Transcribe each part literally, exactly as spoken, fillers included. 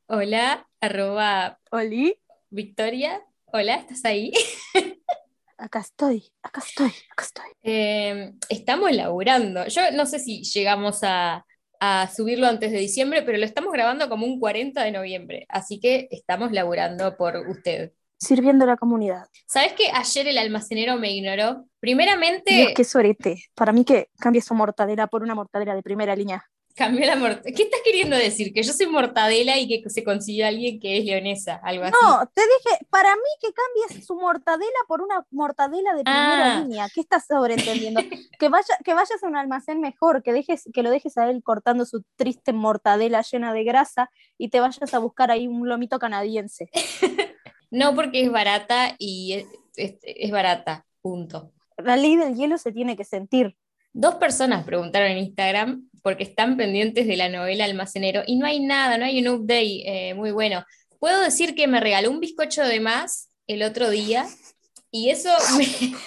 Hola, arroba Oli, Victoria. Hola, ¿estás ahí? acá estoy, acá estoy, acá estoy. Eh, estamos laburando. Yo no sé si llegamos a, a subirlo antes de diciembre, pero lo estamos grabando como un cuarenta de noviembre, así que estamos laburando por usted. Sirviendo a la comunidad. ¿Sabes que ayer el almacenero me ignoró? Dios, Primeramente, qué sorete. Para mí que cambie su mortadela por una mortadela de primera línea. cambió la mortadela. ¿Qué estás queriendo decir? ¿Que yo soy mortadela y que se consiguió alguien que es leonesa? Algo así. No, te dije, para mí que cambie su mortadela por una mortadela de primera Ah, línea. ¿Qué estás sobreentendiendo? Que, vaya, que vayas a un almacén mejor, que, dejes, que lo dejes a él cortando su triste mortadela llena de grasa y te vayas a buscar ahí un lomito canadiense. no porque es barata y es, es- es barata, punto. La ley del hielo se tiene que sentir. Dos personas preguntaron en Instagram porque están pendientes de la novela Almacenero y no hay nada, no hay un update eh, muy bueno. Puedo decir que me regaló un bizcocho de más el otro día y eso me,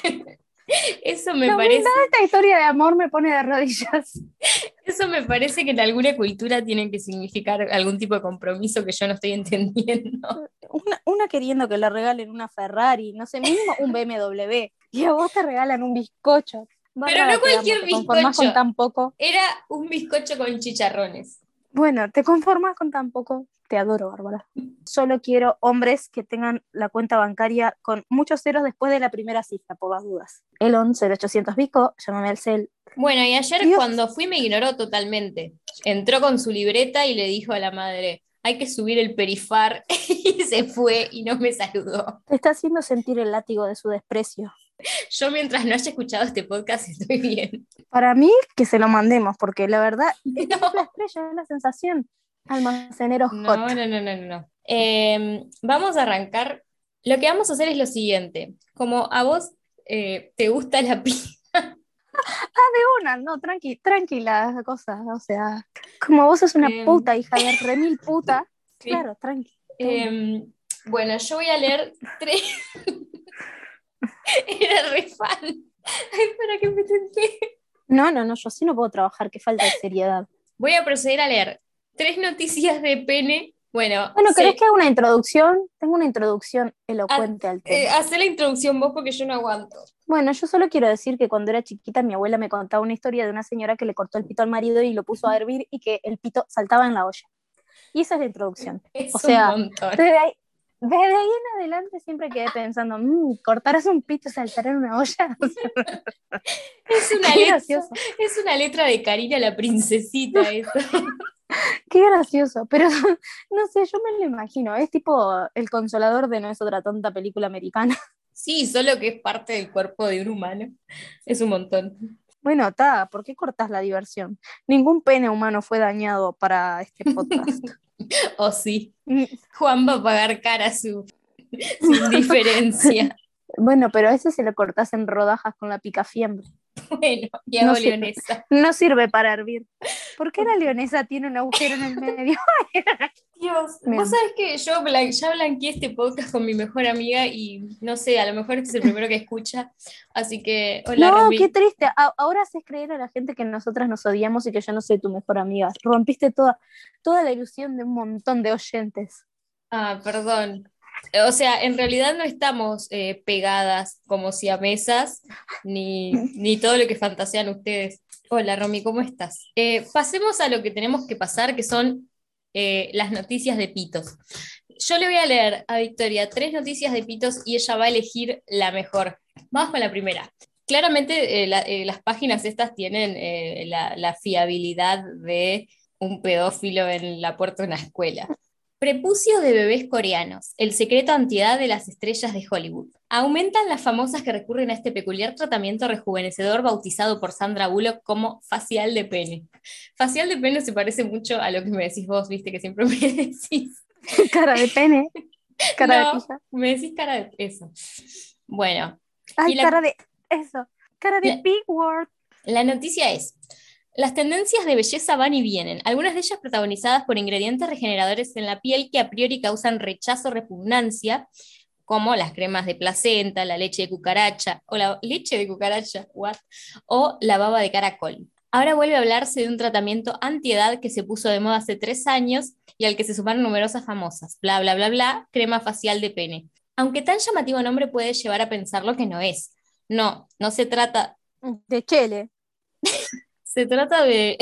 eso me La humildad de parece, esta historia de amor me pone de rodillas. eso me parece que en alguna cultura tiene que significar algún tipo de compromiso que yo no estoy entendiendo. Una, una queriendo que le regalen una Ferrari, no sé, mínimo un B M W. Y a vos te regalan un bizcocho. Pero Bárbara, no te amo, cualquier te conformás con bizcocho, tan poco. era un bizcocho con chicharrones. Bueno, te conformas con tan poco. Te adoro, Bárbara. Solo quiero hombres que tengan la cuenta bancaria con muchos ceros después de la primera cifra, por las dudas. Elon, cero ochocientos Vico, llámame al cel. Bueno, y ayer Dios, cuando fui me ignoró totalmente. Entró con su libreta y le dijo a la madre, hay que subir el perifar y se fue y no me saludó. te está haciendo sentir el látigo de su desprecio. Yo mientras no haya escuchado este podcast estoy bien. Para mí, que se lo mandemos, porque la verdad es, es la No, estrella, es la sensación. Almacenero hot. no, no, no, no, no. Eh, vamos a arrancar. Lo que vamos a hacer es lo siguiente. Como a vos eh, te gusta la pizza, Una, no, tranqui, tranquila, cosa, o sea, como vos sos una puta, hija de remil puta, sí. claro, tranqui, todo. Eh, bueno, yo voy a leer tres. Era re fan. Ay, para que me tenté. No, no, no, yo así no puedo trabajar, qué falta de seriedad. Voy a proceder a leer tres noticias de pene. Bueno, Bueno, ¿querés que sí, haga una introducción? Tengo una introducción haz, elocuente al eh, tema. hacé la introducción vos porque yo no aguanto. Bueno, yo solo quiero decir que cuando era chiquita mi abuela me contaba una historia de una señora que le cortó el pito al marido y lo puso a hervir y que el pito saltaba en la olla. Y esa es la introducción. O Es un sea, montón. desde ahí, desde ahí en adelante siempre quedé pensando, mmm, ¿cortarás un pito y saltará en una olla? Es una Qué letra, gracioso. es una letra de Karina la princesita eso. Qué gracioso, pero no sé, yo me lo imagino, es tipo el consolador de No es otra tonta película americana. Sí, solo que es parte del cuerpo de un humano. Es un montón. Bueno, ta, ¿por qué cortas la diversión? Ningún pene humano fue dañado para este podcast. O sí. Mm. Juan va a pagar cara su, su indiferencia. Bueno, pero a ese se lo cortas en rodajas con la picafiembre. Bueno, y No hago sirve, leonesa. no sirve para hervir. ¿Por qué la leonesa tiene un agujero en el medio? Dios, vos Bien. sabés que yo blan- ya blanqueé este podcast con mi mejor amiga y no sé, a lo mejor este es el primero que escucha, así que hola No, qué Romy. triste. A- ahora haces creer a la gente que nosotras nos odiamos y que yo no soy tu mejor amiga. Rompiste toda, toda la ilusión de un montón de oyentes. Ah, perdón. O sea, en realidad no estamos eh, pegadas como siamesas, ni, ni todo lo que fantasean ustedes. Hola Romy, ¿cómo estás? Eh, pasemos a lo que tenemos que pasar, que son eh, las noticias de pitos. Yo le voy a leer a Victoria tres noticias de pitos y ella va a elegir la mejor. Vamos con la primera. Claramente eh, la- eh, las páginas estas tienen eh, la, la fiabilidad de un pedófilo en la puerta de una escuela. Prepucios de bebés coreanos, el secreto antiedad de las estrellas de Hollywood. Aumentan las famosas que recurren a este peculiar tratamiento rejuvenecedor bautizado por Sandra Bullock como facial de pene. Facial de pene se parece mucho a lo que me decís vos, viste, que siempre me decís. Cara de pene, cara de No, pija. me decís cara de eso. Bueno, y Ay, la, cara de eso. Cara de la, big word. la noticia es, las tendencias de belleza van y vienen, algunas de ellas protagonizadas por ingredientes regeneradores en la piel que a priori causan rechazo o repugnancia, como las cremas de placenta, la leche de cucaracha, o la leche de cucaracha, what? O la baba de caracol. Ahora vuelve a hablarse de un tratamiento antiedad que se puso de moda hace tres años y al que se sumaron numerosas famosas. Bla, bla, bla, bla, crema facial de pene. Aunque tan llamativo nombre puede llevar a pensar lo que no es. No, no se trata, De Chele. se trata de...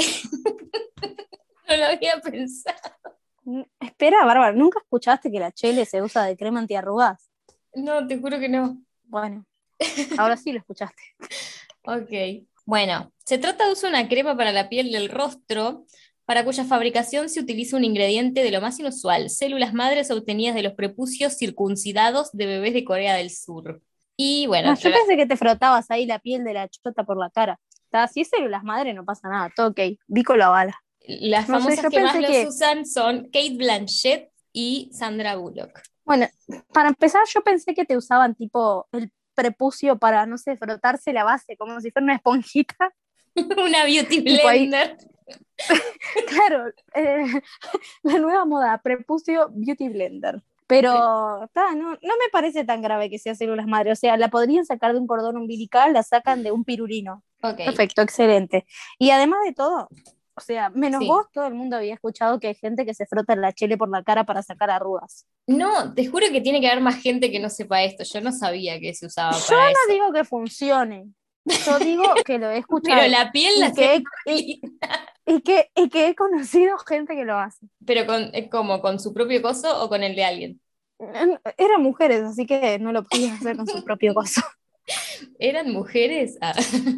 No lo había pensado. Mm, Espera, Bárbara, ¿nunca escuchaste que la Chele se usa de crema antiarrugas? No, te juro que no. Bueno, ahora sí lo escuchaste. Ok. Bueno, se trata de usar una crema para la piel del rostro, para cuya fabricación se utiliza un ingrediente de lo más inusual, células madres obtenidas de los prepucios circuncidados de bebés de Corea del Sur. Y bueno, Ah, yo rela- pensé que te frotabas ahí la piel de la chota por la cara. Está, si es células madre, no pasa nada, todo ok. Vico la bala. las No sé, famosas yo que más pensé los que, usan son Kate Blanchett y Sandra Bullock. bueno, para empezar, yo pensé que te usaban tipo el prepucio para, no sé, frotarse la base, como si fuera una esponjita. Una beauty Tipo ahí, blender. claro, eh, la nueva moda, prepucio beauty blender. Pero ta, no, no me parece tan grave que sea células madre. O sea, la podrían sacar de un cordón umbilical, la sacan de un pirulino. Ok, Perfecto, excelente. Y además de todo, o sea, menos sí. vos, todo el mundo había escuchado que hay gente que se frota la chele por la cara para sacar arrugas. No, te juro que tiene que haber más gente que no sepa esto. Yo no sabía que se usaba Yo para no eso. digo que funcione, yo digo que lo he Pero escuchado la piel la y hacía que he, y, Marilyn. y que, y que he conocido gente que lo hace. Pero con, eh, ¿cómo? ¿Con su propio coso o con el de alguien? Eran mujeres, así que no lo podían hacer con su propio coso. ¿Eran mujeres? Ah.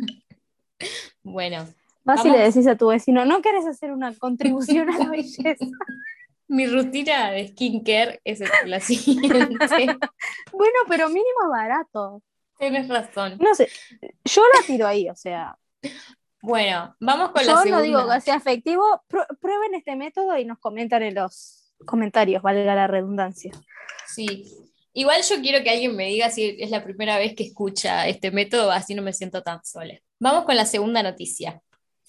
Bueno, Vas y le vamos. decís a tu vecino, ¿no querés hacer una contribución a la belleza? Mi rutina de skincare es la siguiente. Bueno, pero mínimo es barato. Tienes razón. No sé, yo la tiro ahí, o sea, Bueno, vamos con la yo no digo que segunda. sea efectivo, pr- prueben este método y nos comentan en los comentarios, valga la redundancia. Sí. Igual yo quiero que alguien me diga si es la primera vez que escucha este método, así no me siento tan sola. Vamos con la segunda noticia.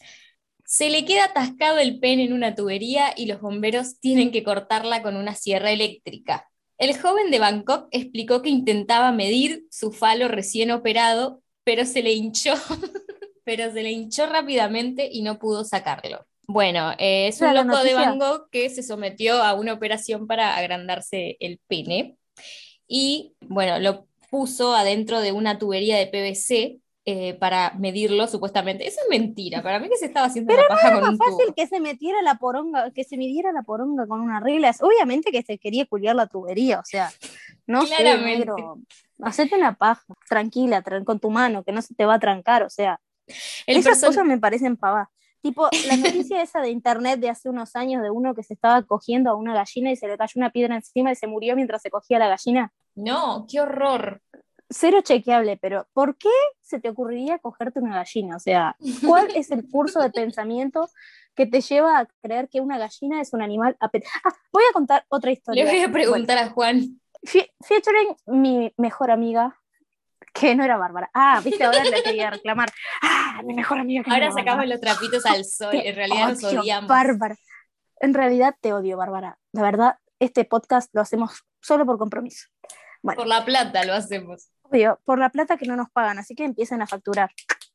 Se le queda atascado el pene en una tubería y los bomberos tienen que cortarla con una sierra eléctrica. El joven de Bangkok explicó que intentaba medir su falo recién operado, pero se le hinchó, pero se le hinchó rápidamente y no pudo sacarlo. Bueno, eh, es Esa un es la loco de noticia. Bangkok que se sometió a una operación para agrandarse el pene y, bueno, lo puso adentro de una tubería de P V C eh, para medirlo, supuestamente. Eso es mentira. Para mí que se estaba haciendo Pero una paja con más un fácil tubo. que se metiera la poronga, que se midiera la poronga con una regla. Es obviamente que se quería culiar la tubería, o sea, no sé, Claramente. negro, hacete una paja, tranquila, tran- con tu mano, que no se te va a trancar, o sea, El esas cosas person... me parecen pavadas. Tipo, la noticia esa de internet de hace unos años de uno que se estaba cogiendo a una gallina y se le cayó una piedra encima y se murió mientras se cogía a la gallina. No, qué horror. Cero chequeable, pero ¿por qué se te ocurriría cogerte una gallina? O sea, ¿cuál es el curso de pensamiento que te lleva a creer que una gallina es un animal apet- Ah, voy a contar otra Le historia. voy a Bueno, preguntar a Juan. fe- featuring mi mejor amiga, que no era Bárbara. Ah, viste, ahora la quería reclamar. Ah, mi mejor amiga que no Ahora era sacamos Bárbara. los trapitos al sol. Te En realidad nos odio, odiamos. Bárbara. En realidad te odio, Bárbara. La verdad, este podcast lo hacemos solo por compromiso. Bueno, Por la plata lo hacemos. obvio, por la plata que no nos pagan, así que empiecen a facturar.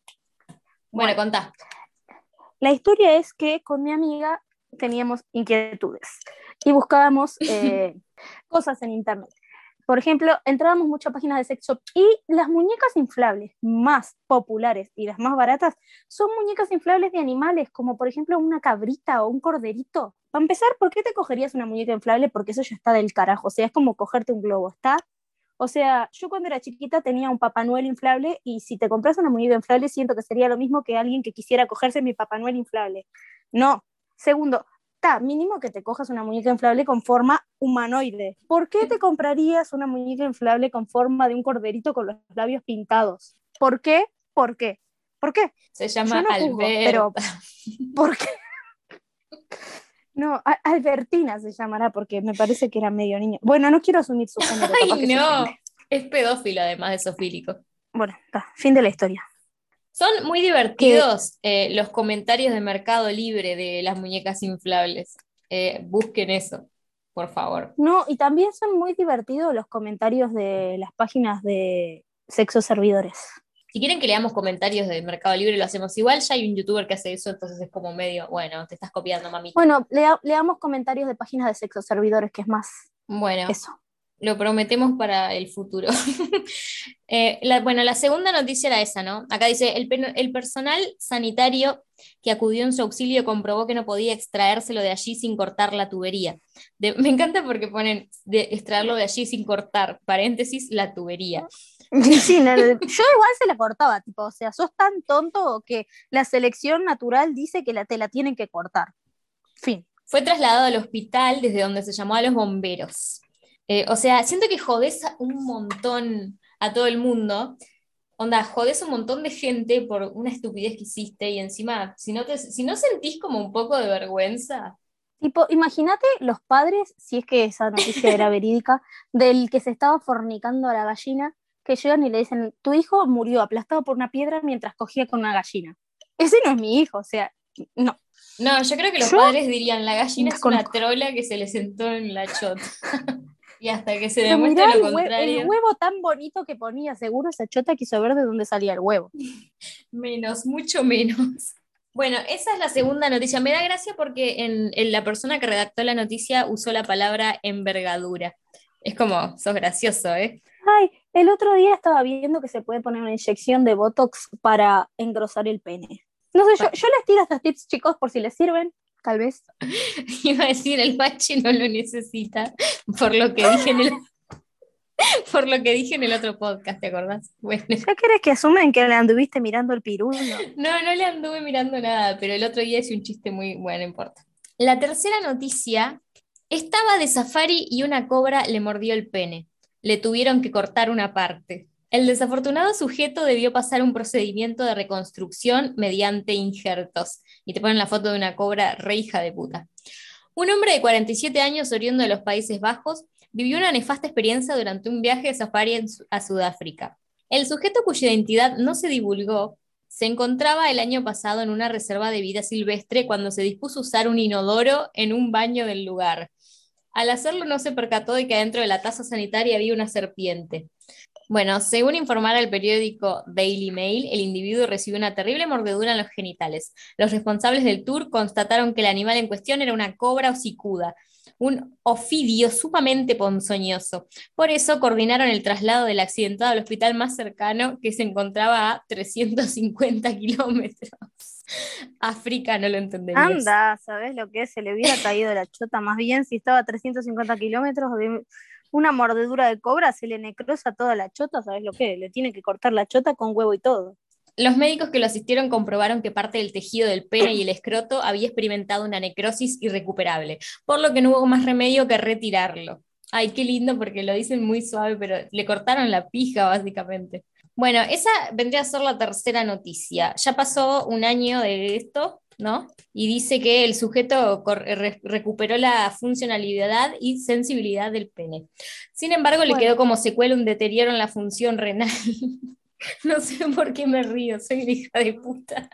Bueno, Bueno, contá. la historia es que con mi amiga teníamos inquietudes y buscábamos eh, cosas en internet. Por ejemplo, entrábamos mucho a páginas de sex shop y las muñecas inflables más populares y las más baratas son muñecas inflables de animales, como por ejemplo una cabrita o un corderito. Para empezar, ¿por qué te cogerías una muñeca inflable? Porque eso ya está del carajo, o sea, es como cogerte un globo, ¿está? O sea, yo cuando era chiquita tenía un Papá Noel inflable y si te compras una muñeca inflable siento que sería lo mismo que alguien que quisiera cogerse mi Papá Noel inflable. No. Segundo, está mínimo que te cojas una muñeca inflable con forma humanoide. ¿Por qué te comprarías una muñeca inflable con forma de un corderito con los labios pintados? ¿Por qué? ¿Por qué? ¿Por qué? Se llama Yo no juzgo, pero Alberta. ¿por qué? No, Albertina se llamará porque me parece que era medio niño. Bueno, no quiero asumir su género, capaz Ay, que se ofende. no. Es pedófilo además de sofílico. Bueno, está, fin de la historia. Son muy Que divertidos eh, los comentarios de Mercado Libre de las muñecas inflables. Eh, busquen eso, por favor. no, y también son muy divertidos los comentarios de las páginas de sexo servidores. Si quieren que leamos comentarios de Mercado Libre, lo hacemos igual. Ya hay un youtuber que hace eso, entonces es como medio, bueno, te estás copiando, mamita. Bueno, lea, leamos comentarios de páginas de sexo servidores, que es más Bueno, eso. lo prometemos para el futuro. Eh, la- bueno, la segunda noticia era esa, ¿no? Acá dice, el, pen- el personal sanitario que acudió en su auxilio comprobó que no podía extraérselo de allí sin cortar la tubería. De- me encanta porque ponen de extraerlo de allí sin cortar, paréntesis, la tubería. Y sí, no, no, yo igual se la cortaba, tipo, o sea, sos tan tonto que la selección natural dice que la, te la tienen que cortar. Fin. Fue trasladado al hospital desde donde se llamó a los bomberos. Eh, o sea, siento que jodés a un montón a todo el mundo. Onda, jodés un montón de gente por una estupidez que hiciste y encima, si no, te, si no sentís como un poco de vergüenza. Tipo, imagínate los padres, si es que esa noticia era verídica, del que se estaba fornicando a la gallina, que llegan y le dicen, tu hijo murió aplastado por una piedra mientras cogía con una gallina. Ese no es mi hijo, o sea, no. No, yo creo que los Yo padres dirían, la gallina es una desconozco. trola que se le sentó en la chota. Y hasta que se Pero mirá demuestre lo el, hue- el contrario, huevo tan bonito que ponía, seguro esa chota quiso ver de dónde salía el huevo. menos, mucho menos. Bueno, esa es la segunda noticia. Me da gracia porque en, en la persona que redactó la noticia usó la palabra envergadura. Es como, sos gracioso, ¿eh? Ay, el otro día estaba viendo que se puede poner una inyección de Botox para engrosar el pene. No sé, yo, Pa- yo les tiro estos tips, chicos, por si les sirven, tal vez. Iba a decir, el bache no lo necesita, por lo que dije en el, por lo que dije en el otro podcast, ¿te acordás? Bueno, ¿Ya querés que asumen que le anduviste mirando el pirulo? no, no le anduve mirando nada, pero el otro día hice un chiste muy bueno, no importa. La tercera noticia, estaba de safari y una cobra le mordió el pene. Le tuvieron que cortar una parte. El desafortunado sujeto debió pasar un procedimiento de reconstrucción mediante injertos. Y te ponen la foto de una cobra re hija de puta. Un hombre de cuarenta y siete años, oriundo de los Países Bajos, vivió una nefasta experiencia durante un viaje de safari en Su- a Sudáfrica. El sujeto cuya identidad no se divulgó se encontraba el año pasado en una reserva de vida silvestre cuando se dispuso a usar un inodoro en un baño del lugar. Al hacerlo no se percató de que adentro de la taza sanitaria había una serpiente. Bueno, según informara el periódico Daily Mail, el individuo recibió una terrible mordedura en los genitales. Los responsables del tour constataron que el animal en cuestión era una cobra hocicuda, un ofidio sumamente ponzoñoso. Por eso coordinaron el traslado del accidentado al hospital más cercano, que se encontraba a trescientos cincuenta kilómetros. África no lo entenderías. Anda, ¿sabes lo que es? Se le hubiera caído la chota más bien si estaba a trescientos cincuenta kilómetros de una mordedura de cobra, se le necrosa toda la chota, ¿sabes lo que? Le tiene que cortar la chota con huevo y todo. Los médicos que lo asistieron comprobaron que parte del tejido del pene y el escroto había experimentado una necrosis irrecuperable, por lo que no hubo más remedio que retirarlo. Ay, qué lindo porque lo dicen muy suave, pero le cortaron la pija básicamente. Bueno, esa vendría a ser la tercera noticia. Ya pasó un año de esto, ¿no? Y dice que el sujeto cor- re- recuperó la funcionalidad y sensibilidad del pene. Sin embargo, le quedó Bueno, como secuela un deterioro en la función renal. No sé por qué me río, soy una hija de puta.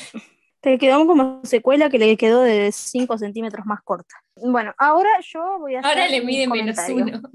te quedó como secuela que le quedó de cinco centímetros más corta. Bueno, ahora yo voy a Ahora hacer le un mide menos comentario. uno.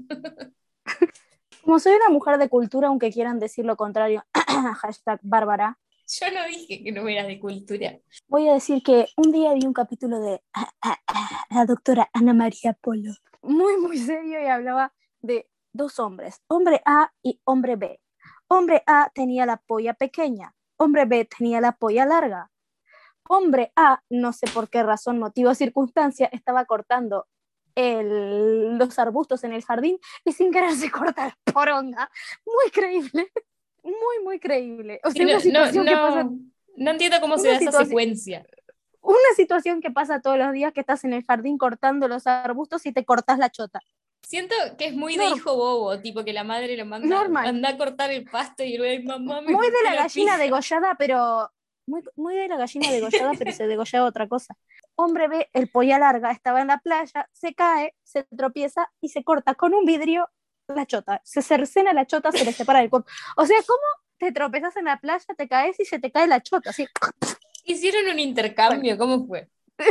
Como soy una mujer de cultura, aunque quieran decir lo contrario, hashtag Bárbara, Yo no dije que no era de cultura. voy a decir que un día vi un capítulo de la doctora Ana María Polo, muy, muy serio, y hablaba de dos hombres, hombre A y hombre B. Hombre A tenía la polla pequeña, hombre B tenía la polla larga. Hombre A, no sé por qué razón, motivo o circunstancia, estaba cortando el, los arbustos en el jardín y sin querer se corta la poronga. Muy creíble, muy, muy creíble. O Sí, sea, no, una no, situación que pasa, no, no entiendo cómo se una da esa situación, secuencia. una situación que pasa todos los días, que estás en el jardín cortando los arbustos y te cortas la chota. Siento que es muy de Norm, hijo bobo, tipo que la madre lo manda, normal. anda a cortar el pasto y luego, mamá, me Muy de corté la la gallina pija. degollada, pero muy, muy de la gallina degollada, pero se degollaba otra cosa. Hombre ve el polla larga, estaba en la playa, se cae, se tropieza y se corta con un vidrio la chota. Se cercena la chota, se le separa del cuerpo. O sea, ¿cómo te tropezas en la playa, te caes y se te cae la chota? Así. Hicieron un Bueno, intercambio, ¿cómo fue?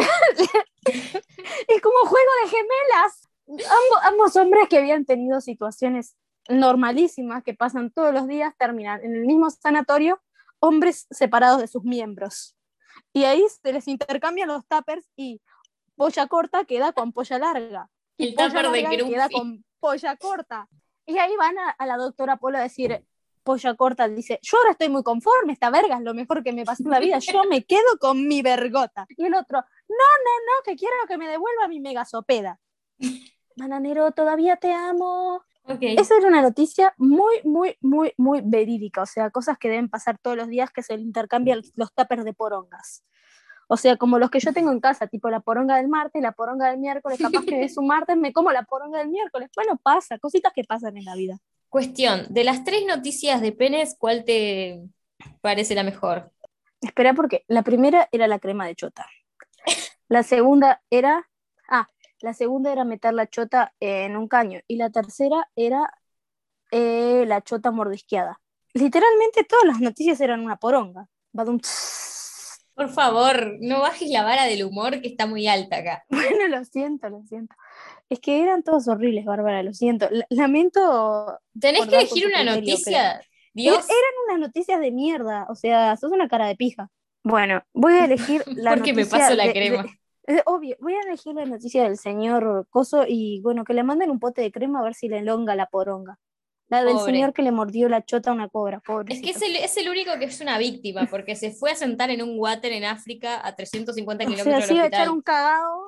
es como juego de gemelas. Ambos, ambos hombres que habían tenido situaciones normalísimas que pasan todos los días terminan en el mismo sanatorio hombres separados de sus miembros. Y ahí se les intercambian los tuppers y polla corta queda con polla larga. Y El polla tupper de larga queda Grumpy. con polla corta. Y ahí van a, a la doctora Polo a decir, polla corta dice, yo ahora estoy muy conforme, esta verga es lo mejor que me pasó en la vida, yo me quedo con mi vergota. Y el otro, no, no, no, que quiero que me devuelva mi megasopeda. Bananero, todavía te amo. Okay. Esa era una noticia muy, muy, muy, muy verídica, o sea, cosas que deben pasar todos los días, que se intercambian los tuppers de porongas. O sea, como los que yo tengo en casa, tipo la poronga del martes, la poronga del miércoles, capaz que es un martes, me como la poronga del miércoles. Bueno, pasa, cositas que pasan en la vida. Cuestión, de las tres noticias de penes, ¿cuál te parece la mejor? Espera, porque la primera era la crema de chota. La segunda era... Ah, la segunda era meter la chota en un caño. Y la tercera era eh, la chota mordisqueada. Literalmente todas las noticias eran una poronga. Badum, Por favor, no bajes la vara del humor que está muy alta acá. bueno, lo siento, lo siento. Es que eran todos horribles, Bárbara, lo siento. L- lamento. Tenés que elegir una criterio, noticia, pero... Dios. Er- eran unas noticias de mierda, o sea, sos una cara de pija. Bueno, voy a elegir la Porque noticia. me paso la de, crema. de, de, obvio, voy a elegir la noticia del señor Coso y bueno, que le manden un pote de crema a ver si le elonga la poronga. La del Pobre. señor que le mordió la chota a una cobra, pobrecito. Es que es el, es el único que es una víctima, porque se fue a sentar en un water en África a trescientos cincuenta o kilómetros sea, del sí iba a hospital. echar un cagado.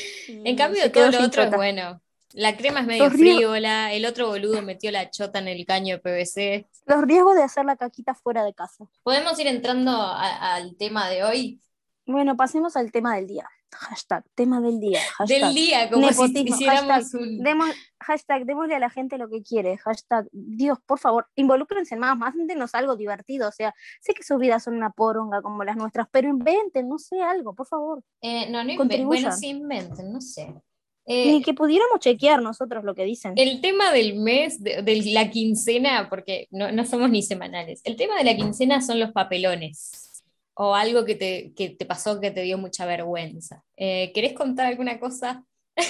En cambio, se todo quedó lo sin otro chota. es bueno. La crema es medio Los riesgos- frívola, el otro boludo metió la chota en el caño de P V C. Los riesgos de hacer la caquita fuera de casa. ¿Podemos ir entrando a- al tema de hoy? Bueno, pasemos al tema del día. Hashtag, tema del día. Hashtag, Del día, como nepotismo. si hiciéramos Hashtag, un... demos, hashtag, démosle a la gente lo que quiere. Hashtag, Dios, por favor, involúcrense más, mándenos algo divertido. O sea, sé que sus vidas son una poronga como las nuestras, pero inventen, no sé, algo, por favor. Eh, no, no inventen. Contribuyan. Bueno, sí inventen, no sé. Eh, Ni que pudiéramos chequear nosotros lo que dicen. El tema del mes, de, de la quincena, porque no, no somos ni semanales, el tema de la quincena son los papelones. O algo que te, que te pasó que te dio mucha vergüenza. Eh, ¿Querés contar alguna cosa?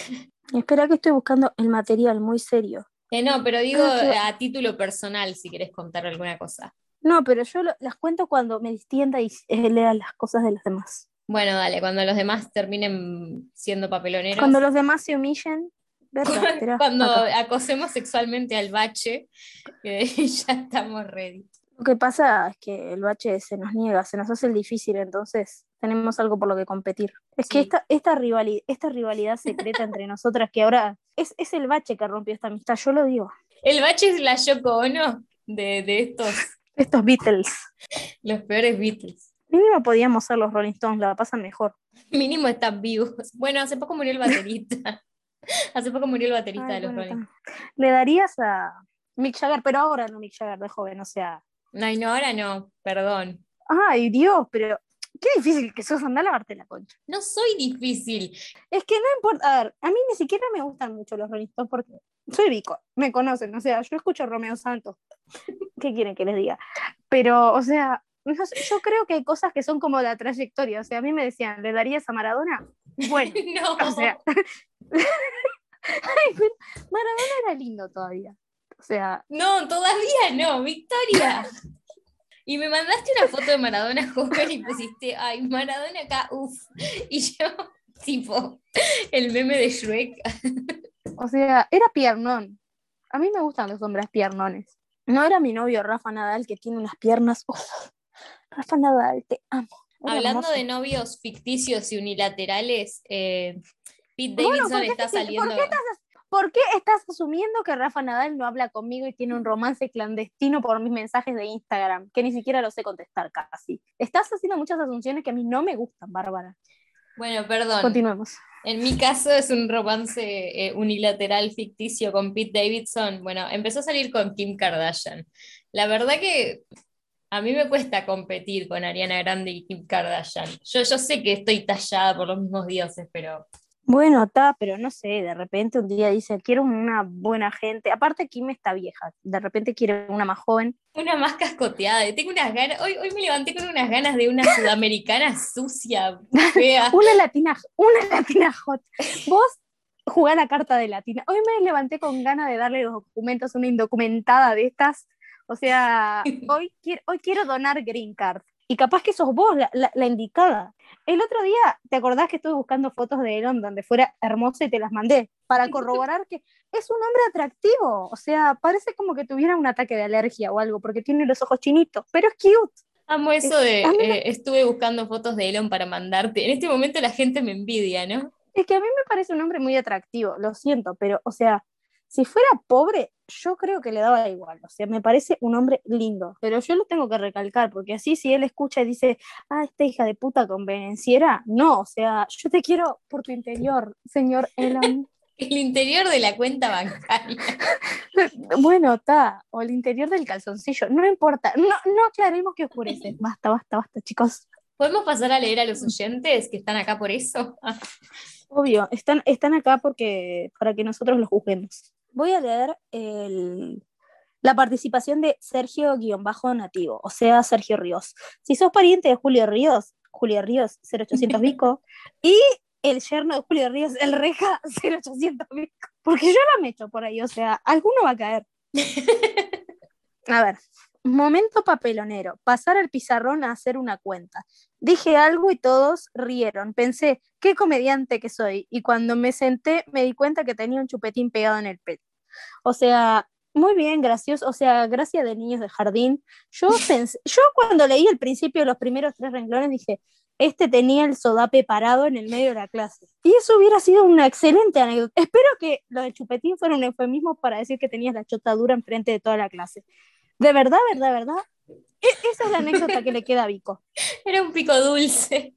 Espera que estoy buscando el material muy serio. Eh, no, pero digo Ah, que- a título personal, si querés contar alguna cosa. No, pero yo lo- las cuento cuando me distienda y eh, lea las cosas de los demás. Bueno, dale, cuando los demás terminen siendo papeloneros. Cuando los demás se humillen, verdad, espera, Cuando acá. acosemos sexualmente al bache, eh, ya estamos ready. Lo que pasa es que el bache se nos niega, se nos hace el difícil, entonces tenemos algo por lo que competir. Es Sí. que esta, esta, rivalidad, esta rivalidad secreta entre nosotras, que ahora es, es el bache que rompió esta amistad, yo lo digo. El bache es la Yoko Ono de, de estos, Estos Beatles. los peores Beatles. Mínimo podíamos ser los Rolling Stones, la pasan mejor. Mínimo están vivos. Bueno, hace poco murió el baterista. Hace poco murió el baterista Ay, de los bueno, Rolling. le darías a Mick Jagger, pero ahora no Mick Jagger de joven, o sea. Ay, no, ahora no, perdón. Ay, Dios, pero qué difícil que sos, andá a lavarte la concha. No soy difícil. Es que no importa, a ver, a mí ni siquiera me gustan mucho los Rolling Stones porque soy bico, me conocen, o sea, yo escucho a Romeo Santos. ¿Qué quieren que les diga? Pero, o sea, no sé, yo creo que hay cosas que son como la trayectoria, o sea, a mí me decían, ¿le darías a Maradona? Bueno, No. o sea, ay, pero Maradona era lindo todavía, o sea, No, todavía no, Victoria. Y me mandaste una foto de Maradona joven y pusiste, ay, Maradona acá, uff. Y yo, tipo, el meme de Shrek. o sea, era piernón. A mí me gustan los hombres piernones. No era mi novio Rafa Nadal, que tiene unas piernas. Uf, Rafa Nadal, te amo. Era Hablando hermoso. de novios ficticios y unilaterales, eh, Pete Bueno, Davidson ¿por qué, está te- saliendo. ¿por, qué estás, ¿por qué estás asumiendo que Rafa Nadal no habla conmigo y tiene un romance clandestino por mis mensajes de Instagram? Que ni siquiera lo sé contestar casi. Estás haciendo muchas asunciones que a mí no me gustan, Bárbara. Bueno, perdón. Continuemos. En mi caso es un romance eh, unilateral ficticio con Pete Davidson. Bueno, empezó a salir con Kim Kardashian. La verdad que a mí me cuesta competir con Ariana Grande y Kim Kardashian. Yo, yo sé que estoy tallada por los mismos dioses, pero... Bueno, está, pero no sé, de repente un día dice, quiero una buena gente. Aparte, Kim está vieja, de repente quiere una más joven. Una más cascoteada. y Tengo unas ganas... Hoy, hoy me levanté con unas ganas de una sudamericana sucia, fea. Una latina, una latina hot. Vos jugá la carta de latina. Hoy me levanté con ganas de darle los documentos a una indocumentada de estas, O sea, hoy quiero, hoy quiero donar green card. Y capaz que sos vos la, la, la indicada. El otro día, ¿te acordás que estuve buscando fotos de Elon donde fuera hermosa y te las mandé? Para corroborar que es un hombre atractivo. O sea, parece como que tuviera un ataque de alergia o algo, porque tiene los ojos chinitos, pero es cute. Amo eso Es, de, a mí me, eh, estuve buscando fotos de Elon para mandarte. En este momento la gente me envidia, ¿no? es que a mí me parece un hombre muy atractivo, lo siento, pero, o sea, si fuera pobre, yo creo que le daba igual. O sea, me parece un hombre lindo, pero yo lo tengo que recalcar, porque así si él escucha y dice, ah, esta hija de puta convenenciera, no, o sea, yo te quiero por tu interior, señor Elon. El interior de la cuenta bancaria. Bueno, está, o el interior del calzoncillo, no importa, no, no aclaremos que oscurece. Basta, basta, basta, chicos. ¿Podemos pasar a leer a los oyentes que están acá por eso? Ah, Obvio, están, están acá porque, para que nosotros los juzguemos. Voy a leer el, la participación de Sergio-Nativo, o sea, Sergio Ríos. Si sos pariente de Julio Ríos, Julio Ríos cero ochocientos Vico, y el yerno de Julio Ríos, el Reja cero ochocientos Vico, porque yo la meto por ahí, o sea, alguno va a caer. A ver, momento papelonero, pasar al pizarrón a hacer una cuenta. Dije algo y todos rieron. Pensé, qué comediante que soy. Y cuando me senté me di cuenta que tenía un chupetín pegado en el pelo. O sea, muy bien, gracioso. O sea, gracia de niños de jardín. Yo pensé, yo cuando leí el principio, los primeros tres renglones, dije, este tenía el sodape parado en el medio de la clase. Y eso hubiera sido una excelente anécdota. Espero que lo del chupetín fuera un eufemismo para decir que tenías la chota dura enfrente de toda la clase. De verdad, verdad, verdad. E- esa es la anécdota que le queda a Vico. era un pico dulce.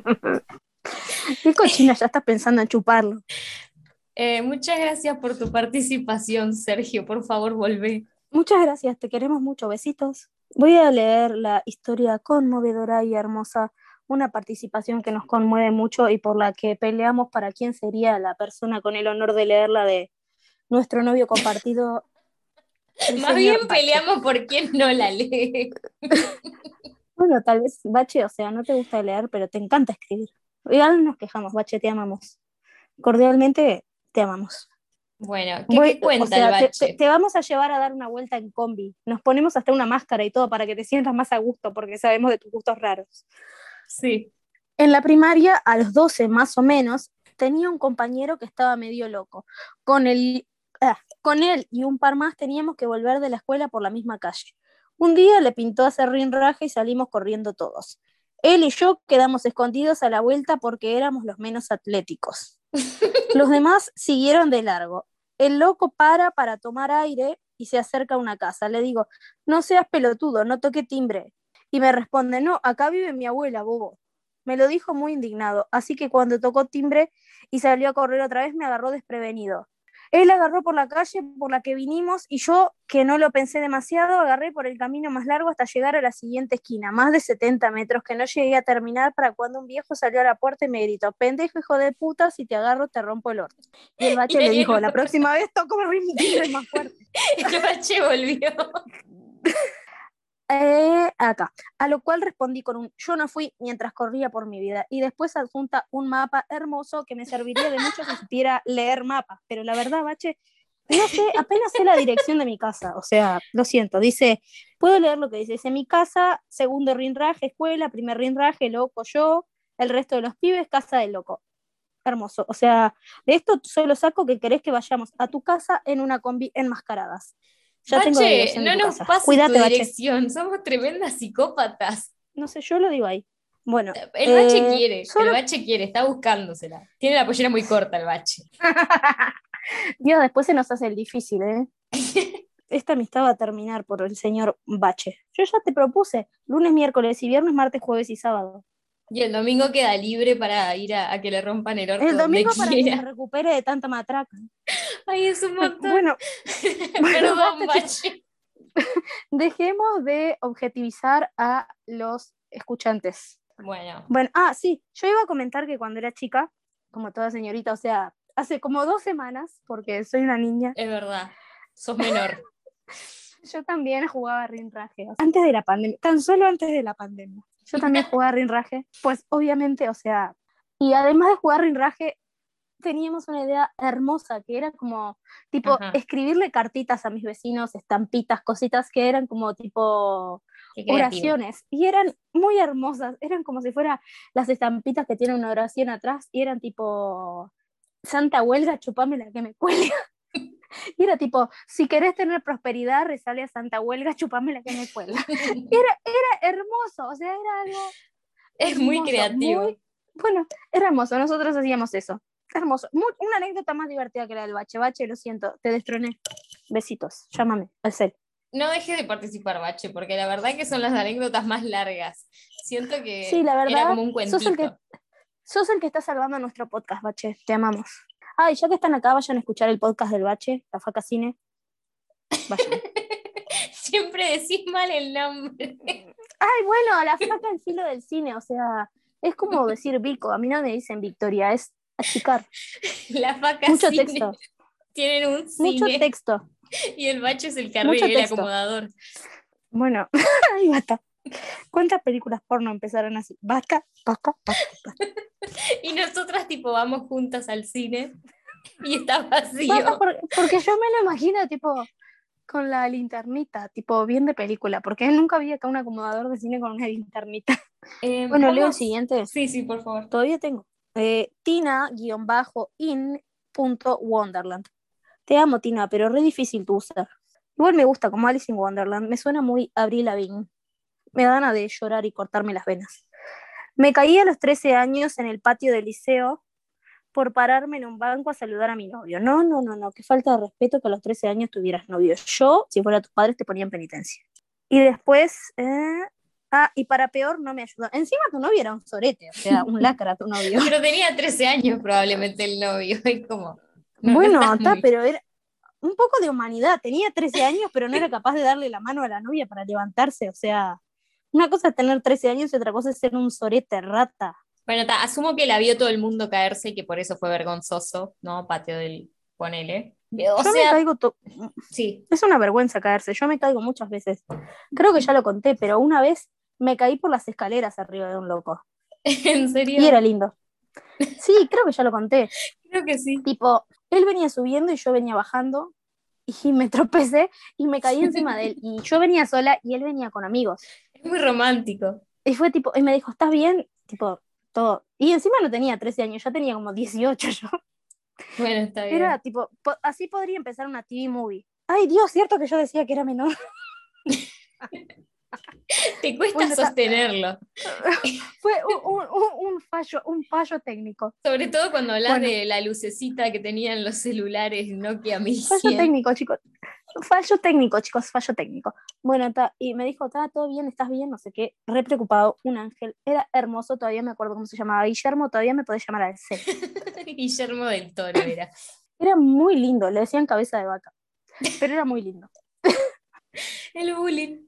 Qué cochina, ya estás pensando en chuparlo. Eh, muchas gracias por tu participación, Sergio. Por favor, volvé. Muchas gracias, te queremos mucho. Besitos. Voy a leer la historia conmovedora y hermosa, una participación que nos conmueve mucho y por la que peleamos para quién sería la persona con el honor de leerla de nuestro novio compartido, el Más bien señor Bache. peleamos por quién no la lee. Bueno, tal vez, Bache, o sea, no te gusta leer, pero te encanta escribir. Igual no nos quejamos, Bache, te amamos. Cordialmente, te amamos. Bueno, ¿qué, qué Voy, o cuenta el sea, te, te, bache? te vamos a llevar a dar una vuelta en combi. Nos ponemos hasta una máscara y todo para que te sientas más a gusto, porque sabemos de tus gustos raros. Sí. En la primaria, a los doce más o menos, tenía un compañero que estaba medio loco. Con el, ah, con él y un par más teníamos que volver de la escuela por la misma calle. Un día le pintó hacer rinraje y salimos corriendo todos. Él y yo quedamos escondidos a la vuelta porque éramos los menos atléticos. Los demás siguieron de largo. El loco para para tomar aire y se acerca a una casa. Le digo, no seas pelotudo, no toque timbre. Y me responde, no, acá vive mi abuela, bobo. Me lo dijo muy indignado, así que cuando tocó timbre y salió a correr otra vez me agarró desprevenido. Él agarró por la calle por la que vinimos y yo, que no lo pensé demasiado, agarré por el camino más largo hasta llegar a la siguiente esquina, más de setenta metros, que no llegué a terminar para cuando un viejo salió a la puerta y me gritó, pendejo hijo de puta, si te agarro te rompo el orto. Y el bache Y le ahí dijo, el, la próxima vez toco el timbre más fuerte. el bache volvió. Eh, acá, a lo cual respondí con un yo no fui mientras corría por mi vida y después adjunta un mapa hermoso que me serviría de mucho si supiera leer mapas, pero la verdad, bache, no sé, apenas sé la dirección de mi casa, o sea, lo siento, dice, puedo leer lo que dice, dice mi casa, segundo rinraje, escuela, primer rinraje, loco yo, el resto de los pibes, casa del loco. Hermoso, o sea, de esto solo saco que querés que vayamos a tu casa en una combi enmascaradas. Ya tengo la Bache, dirección de no tu nos casa. pases tu Cuídate, bache. dirección. Somos tremendas psicópatas. No sé, yo lo digo ahí. Bueno, El bache eh, quiere, el solo. bache quiere, está buscándosela. Tiene la pollera muy corta el bache. Dios, después se nos hace el difícil, ¿eh? Esta amistad va a terminar por el señor Bache. Yo ya te propuse lunes, miércoles y viernes, martes, jueves y sábado. Y el domingo queda libre para ir a, a que le rompan el orto El donde domingo para que se quiera. recupere de tanta matraca. Ay, es un montón. Bueno, bueno, Perdón, basta, chicos. bache. Dejemos de objetivizar a los escuchantes. Bueno, Bueno, ah, sí, yo iba a comentar que cuando era chica, como toda señorita, o sea, hace como dos semanas, porque soy una niña, es verdad. Sos menor. yo también jugaba rinraje, o sea, antes de la pandemia, tan solo antes de la pandemia. Yo también jugaba rinraje, pues obviamente, o sea, y además de jugar rinraje, teníamos una idea hermosa, que era como, tipo, Ajá. escribirle cartitas a mis vecinos, estampitas, cositas que eran como, tipo, Qué creativo. oraciones, y eran muy hermosas, eran como si fueran las estampitas que tienen una oración atrás, y eran tipo, Santa Huelga, chupame la que me cuelga. Y era tipo, si querés tener prosperidad, rezale a Santa Huelga, chupame la que me cuelga. Era, era hermoso, o sea, era algo Es muy hermoso, muy, creativo. bueno, era hermoso, nosotros hacíamos eso. Hermoso. Muy, una anécdota más divertida que la del bache. Bache, lo siento, te destroné. Besitos, llámame al cel. No dejes de participar, Bache, porque la verdad que son las anécdotas más largas. Siento Sí, que la era verdad, como un sos el que, cuentito. sos el que está salvando nuestro podcast, Bache. Te amamos. Ay, ya que están acá, vayan a escuchar el podcast del Bache, La Faca Cine. Vayan. Siempre decís mal el nombre. Ay, bueno, La Faca al filo del cine, o sea, es como decir Vico. A mí no me dicen Victoria, es achicar. La faca Mucho cine. texto, Tienen un mucho cine texto, y el Bache es el que mucho arregla el texto. acomodador. Bueno, ahí basta. ¿Cuántas películas porno empezaron así? Basta, basta, basta, basta. Y nosotras tipo vamos juntas al cine y está Basta vacío. por- porque yo me lo imagino tipo con la linternita, tipo bien de película, porque nunca vi acá un acomodador de cine con una linternita. Eh, Bueno, leo el vamos. siguiente. Sí, sí, por favor. Todavía tengo. Eh, Tina-in.wonderland. Te amo, Tina, pero re difícil tu usar. Igual me gusta, como Alice in Wonderland. Me suena muy Avril Lavigne. Me da ganas de llorar y cortarme las venas. Me caí a los trece años en el patio del liceo por pararme en un banco a saludar a mi novio. No, no, no, no, qué falta de respeto que a los trece años tuvieras novio. Yo, si fuera tus padres, te ponía en penitencia. Y después, eh... ah, y para peor, no me ayudó. Encima tu novio era un sorete, o sea, un lacra tu novio. Pero tenía trece años probablemente el novio. Y como, no, no Bueno, estás está, muy. pero era un poco de humanidad. Tenía trece años, pero no era capaz de darle la mano a la novia para levantarse. O sea, una cosa es tener trece años y otra cosa es ser un sorete rata. Bueno, ta, asumo que la vio todo el mundo caerse y que por eso fue vergonzoso, ¿no? Patio del ponele. Eh, O Yo me sea, caigo, to- sí. es una vergüenza caerse, yo me caigo muchas veces. Creo que ya lo conté, pero una vez me caí por las escaleras arriba de un loco. ¿En Y era serio? lindo. Sí, creo que ya lo conté. Creo que sí. Tipo, él venía subiendo y yo venía bajando y me tropecé y me caí encima de él. Y yo venía sola y él venía con amigos. Es muy romántico. Y fue tipo, y me dijo, ¿estás bien? Tipo, todo. Y encima no tenía trece años, ya tenía como dieciocho yo. Bueno, está Era bien. tipo, po- así podría empezar una T V movie. Ay, Dios, cierto que yo decía que era menor. Te cuesta Bueno, está. sostenerlo. Fue un, un, un, fallo, un fallo técnico. Sobre todo cuando hablas Bueno, de la lucecita que tenían los celulares Nokia fallo mil cien. técnico, chicos. Fallo técnico, chicos, fallo técnico. Bueno, ta, y me dijo, está todo bien, estás bien, no sé qué, re preocupado, un ángel, era hermoso, todavía me acuerdo cómo se llamaba, Guillermo, todavía me podés llamar al C. Guillermo del Toro era. Era muy lindo, le decían cabeza de vaca, pero era muy lindo. El bullying.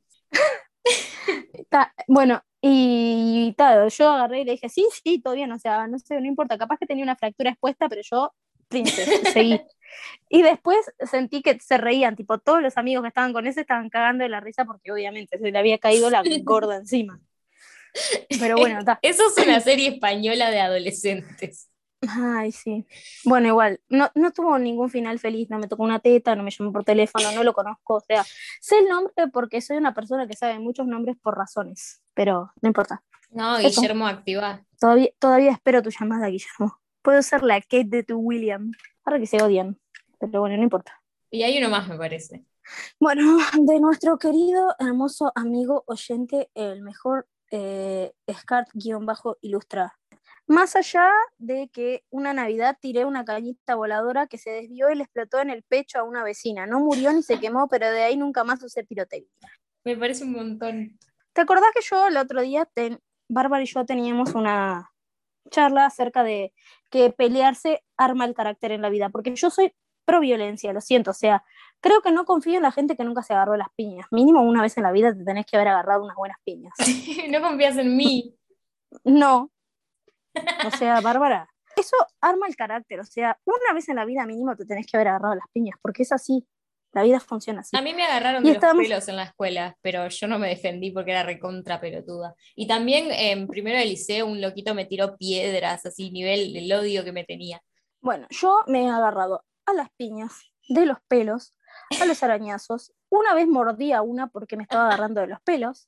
Ta, bueno, y tal, yo agarré y le dije, sí, sí, todo bien, o sea, no sé, no importa, capaz que tenía una fractura expuesta, pero yo, princess, seguí. Y después sentí que se reían, tipo, todos los amigos que estaban con ese estaban cagando de la risa porque obviamente se le había caído la gorda encima. Pero bueno, está. Eso es una serie española de adolescentes. Ay, sí. Bueno, igual, no, no tuvo ningún final feliz, no me tocó una teta, no me llamó por teléfono, no lo conozco, o sea, sé el nombre porque soy una persona que sabe muchos nombres por razones, pero no importa. No, Eso, Guillermo activa. todavía, todavía espero tu llamada, Guillermo. Puedo ser la Kate de tu William, para que se odian, pero bueno, no importa. Y hay uno más, me parece. Bueno, de nuestro querido, hermoso amigo oyente, el mejor eh, Scart-Ilustra. Más allá de que una Navidad tiré una cañita voladora que se desvió y le explotó en el pecho a una vecina. No murió ni se quemó, pero de ahí nunca más usé pirotecnia. Me parece un montón. ¿Te acordás que yo el otro día, ten, Bárbara y yo teníamos una charla acerca de que pelearse arma el carácter en la vida? Porque yo soy pro violencia, lo siento, o sea, creo que no confío en la gente que nunca se agarró las piñas. Mínimo una vez en la vida te tenés que haber agarrado unas buenas piñas. No confías en mí. No, o sea, Bárbara, eso arma el carácter, o sea, una vez en la vida mínimo te tenés que haber agarrado las piñas, porque es así, la vida funciona así. A mí me agarraron Y de los estábamos, pelos en la escuela, pero yo no me defendí porque era recontra pelotuda. Y también en primero de liceo un loquito me tiró piedras, así, nivel del odio que me tenía. Bueno, yo me he agarrado a las piñas, de los pelos, a los arañazos. Una vez mordí a una porque me estaba agarrando de los pelos.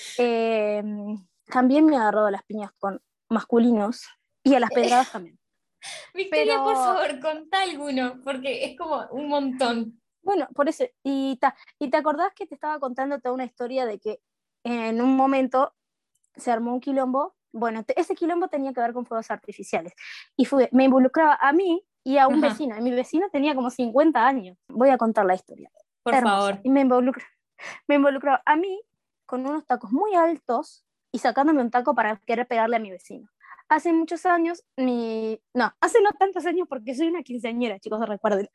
Eh, también me he agarrado a las piñas con masculinos y a las pedradas también. Victoria, Pero, por favor, contá alguno, porque es como un montón. bueno, por eso, y, ta, y te acordás que te estaba contando toda una historia de que en un momento se armó un quilombo. Bueno, te, ese quilombo tenía que ver con fuegos artificiales. Y fue, me involucraba a mí y a un Ajá, vecino. Y mi vecino tenía como cincuenta años. Voy a contar la historia. por Hermosa. favor. Y me involucra, me involucraba a mí con unos tacos muy altos y sacándome un taco para querer pegarle a mi vecino. Hace muchos años, mi... no, hace no tantos años porque soy una quinceañera, chicos, recuerden.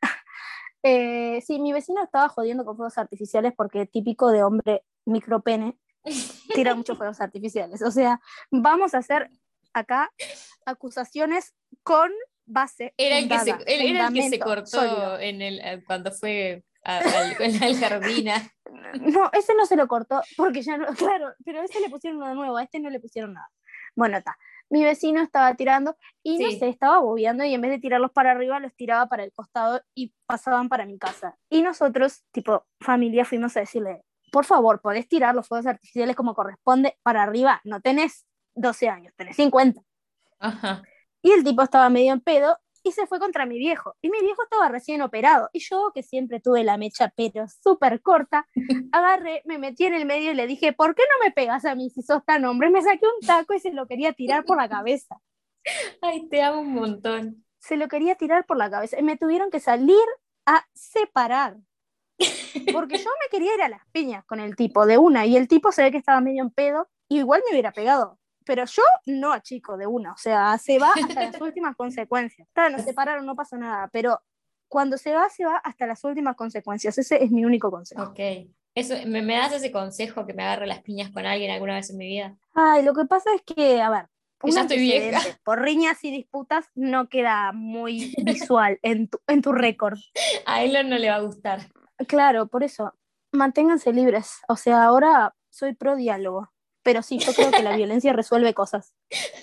eh, sí, mi vecino estaba jodiendo con fuegos artificiales porque típico de hombre micropene, tira muchos fuegos artificiales. O sea, vamos a hacer acá acusaciones con base Era el que se, fundada, él era el que se fundamento cortó sólido. en el, eh, cuando fue a- al, al jardín. No, ese no se lo cortó porque ya no, claro, pero a ese le pusieron uno nuevo, a este no le pusieron nada. Bueno, está. Mi vecino estaba tirando y no sé, Sí. estaba bobeando y en vez de tirarlos para arriba, los tiraba para el costado y pasaban para mi casa. Y nosotros, tipo familia, fuimos a decirle, por favor, podés tirar los fuegos artificiales como corresponde para arriba, no tenés doce años, tenés cincuenta. Ajá. Y el tipo estaba medio en pedo y se fue contra mi viejo. Y mi viejo estaba recién operado. Y yo, que siempre tuve la mecha, pero súper corta, agarré, me metí en el medio y le dije, ¿por qué no me pegas a mí si sos tan hombre? Me saqué un taco y se lo quería tirar por la cabeza. Ay, te amo un montón. Se lo quería tirar por la cabeza. Y me tuvieron que salir a separar. Porque yo me quería ir a las piñas con el tipo de una. Y el tipo se ve que estaba medio en pedo. Y igual me hubiera pegado. Pero yo no achico de una. O sea, se va hasta las últimas consecuencias. Claro, nos separaron, no pasa nada. Pero cuando se va, se va hasta las últimas consecuencias. Ese es mi único consejo. Ok. Eso, ¿me, me das ese consejo que me agarre las piñas con alguien alguna vez en mi vida? Ay, lo que pasa es que, a ver, Que un ya estoy vieja. antecedente por riñas y disputas no queda muy visual en tu, en tu récord. A Elon no le va a gustar. Claro, por eso, manténganse libres. O sea, ahora soy pro diálogo. Pero sí, yo creo que la violencia resuelve cosas.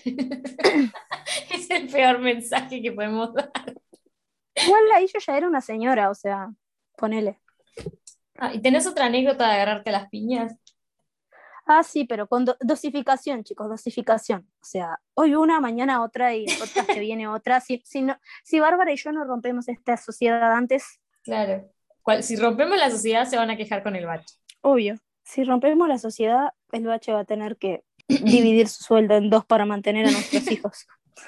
Es el peor mensaje que podemos dar. Igual ahí yo ya era una señora, o sea, ponele. Ah, ¿y tenés otra anécdota de agarrarte a las piñas? Ah, sí, pero con do- dosificación, chicos, dosificación. O sea, hoy una, mañana otra y el podcast que viene otra. Si, si, no, si Bárbara y yo no rompemos esta sociedad antes, Claro. Cual- si rompemos la sociedad se van a quejar con el bache. obvio. Si rompemos la sociedad, el bache va a tener que dividir su sueldo en dos para mantener a nuestros hijos.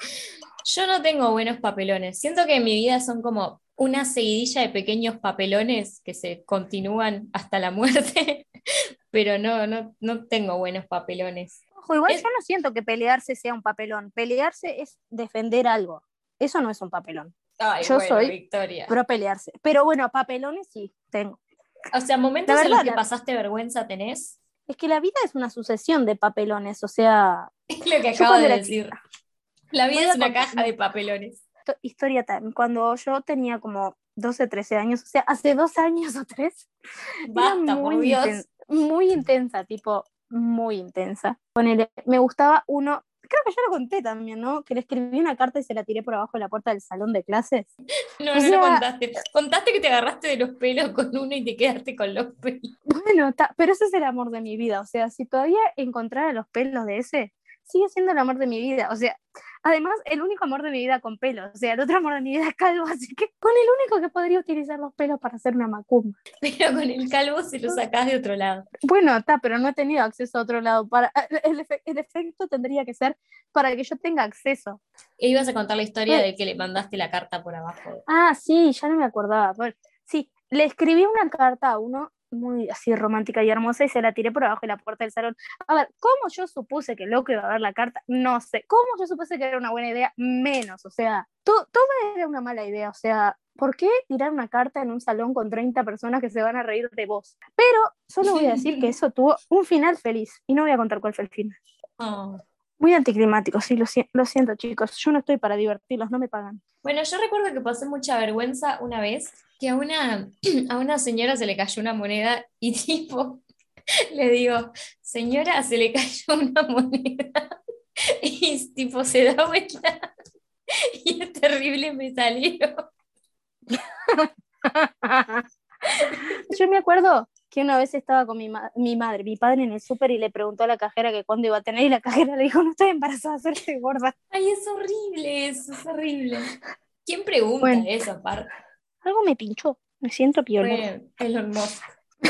Yo no tengo buenos papelones. Siento que en mi vida son como una seguidilla de pequeños papelones que se continúan hasta la muerte, pero no, no, no tengo buenos papelones. Ojo, igual Es- yo no siento que pelearse sea un papelón. Pelearse es defender algo. Eso no es un papelón. Ay, Yo bueno, soy Victoria. pro pelearse. Pero bueno, papelones sí tengo. O sea, La momentos en los verdad, que la- pasaste vergüenza tenés. es que la vida es una sucesión de papelones. O sea, Es lo que yo acabo cuando de era decir. chica, La vida voy es a una contar, caja de papelones. historia time. Cuando yo tenía como doce, trece años, o sea, hace dos años o tres, era Basta, por muy, Dios. inten muy intensa, tipo, muy intensa. Ponele, me gustaba uno, creo que yo lo conté también, ¿no? Que le escribí una carta y se la tiré por abajo de la puerta del salón de clases. No, O no lo sea, contaste. Contaste que te agarraste de los pelos con uno y te quedaste con los pelos. bueno, ta, pero ese es el amor de mi vida. O sea, si todavía encontrara los pelos de ese, sigue siendo el amor de mi vida. O sea, además, el único amor de mi vida con pelos. O sea, el otro amor de mi vida es calvo, así que con el único que podría utilizar los pelos para hacer una macumba. Pero con el calvo se lo sacás de otro lado. Bueno, está, pero no he tenido acceso a otro lado. Para, el, efe- el efecto tendría que ser para que yo tenga acceso. E ibas a contar la historia Eh, de que le mandaste la carta por abajo. ah, sí, ya no me acordaba. Bueno, sí, le escribí una carta a uno muy así romántica y hermosa y se la tiré por abajo de la puerta del salón. A ver, ¿cómo yo supuse que loco iba a ver la carta? No sé. ¿Cómo yo supuse que era una buena idea? Menos. O sea, to- todo era una mala idea. O sea, ¿por qué tirar una carta en un salón con treinta personas que se van a reír de vos? Pero solo voy a decir que eso tuvo un final feliz y no voy a contar cuál fue el final. Oh. Muy anticlimático, sí, lo, si- lo siento, chicos. Yo no estoy para divertirlos, no me pagan. Bueno, yo recuerdo que pasé mucha vergüenza una vez que a una, a una señora se le cayó una moneda y tipo, le digo, señora, se le cayó una moneda. Y tipo se da vuelta y es terrible, me salió. Yo me acuerdo que una vez estaba con mi, ma- mi madre, mi padre en el súper y le preguntó a la cajera que cuándo iba a tener y la cajera le dijo, no estoy embarazada, suerte gorda. Ay, es horrible eso, es horrible. ¿Quién pregunta Bueno, eso aparte? algo me pinchó, me siento piola. Fue Elon Musk.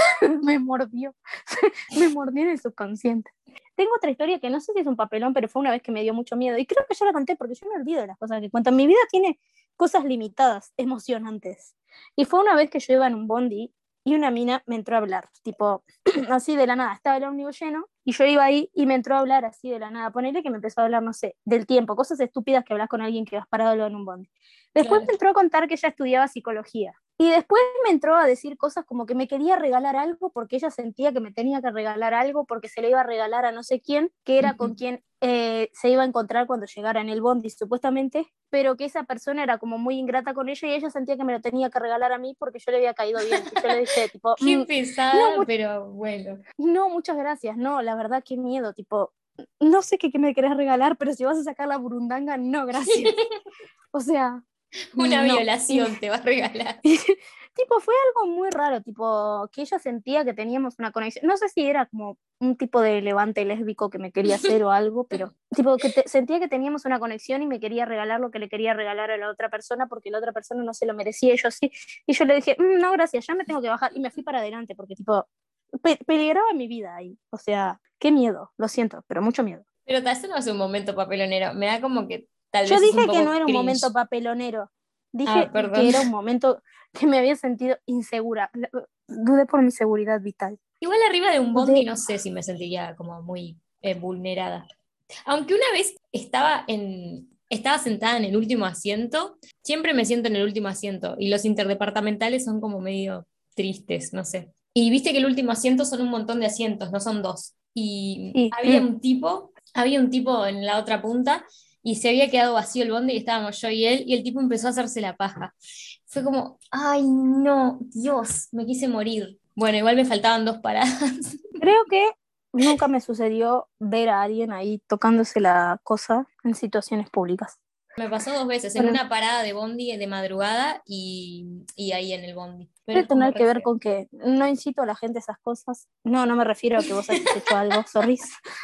Me mordió, me mordió en el subconsciente. Tengo otra historia que no sé si es un papelón, pero fue una vez que me dio mucho miedo. Y creo que ya la conté porque yo me olvido de las cosas que cuento. Mi vida tiene cosas limitadas, emocionantes. Y fue una vez que yo iba en un bondi y una mina me entró a hablar, tipo, así de la nada. Estaba el ómnibus lleno y yo iba ahí y me entró a hablar así de la nada. Ponele que me empezó a hablar, no sé, del tiempo, cosas estúpidas que hablas con alguien que vas parado en un bondi. Después Claro. me entró a contar que ella estudiaba psicología. Y después me entró a decir cosas como que me quería regalar algo porque ella sentía que me tenía que regalar algo porque se le iba a regalar a no sé quién, que era con quien eh, se iba a encontrar cuando llegara en el bondi, supuestamente, pero que esa persona era como muy ingrata con ella y ella sentía que me lo tenía que regalar a mí porque yo le había caído bien. Y yo le dije, tipo, Qué mm, no, pesada, mu- pero bueno. no, muchas gracias, no, la verdad, qué miedo, tipo, no sé qué, qué me querés regalar, pero si vas a sacar la burundanga, no, gracias. O sea, Una no. Y, violación te va a regalar. tipo, fue algo muy raro, tipo, que ella sentía que teníamos una conexión. No sé si era como un tipo de levante lésbico que me quería hacer o algo, pero tipo, que te- sentía que teníamos una conexión y me quería regalar lo que le quería regalar a la otra persona porque la otra persona no se lo merecía y yo sí. Y yo le dije, "Mm, no, gracias, ya me tengo que bajar". Y me fui para adelante porque, tipo, pe- peligraba mi vida ahí. O sea, qué miedo, lo siento, pero mucho miedo. Pero tal vez no es un momento papelonero. Me da como que tal Yo vez es un dije que no poco era un momento cringe. papelonero, Ah, dije perdón. que era un momento que me había sentido insegura. Dudé por mi seguridad vital. Igual arriba de un bondi Dudé. no sé si me sentiría como muy eh, vulnerada. Aunque una vez estaba en, estaba sentada en el último asiento, siempre me siento en el último asiento y los interdepartamentales son como medio tristes, no sé. Y viste que el último asiento son un montón de asientos, no son dos. Y Sí, había mm, un tipo, había un tipo en la otra punta y se había quedado vacío el bondi y estábamos yo y él y el tipo empezó a hacerse la paja. Fue como, ay no, Dios, me quise morir. Bueno, igual me faltaban dos paradas. creo que nunca me sucedió ver a alguien ahí tocándose la cosa en situaciones públicas. Me pasó dos veces, en Bueno, una parada de bondi de madrugada y, y ahí en el bondi. Pero debe es como tener re que ver feo. con que no incito a la gente a esas cosas. No, no me refiero a que vos hayas hecho algo, sorry.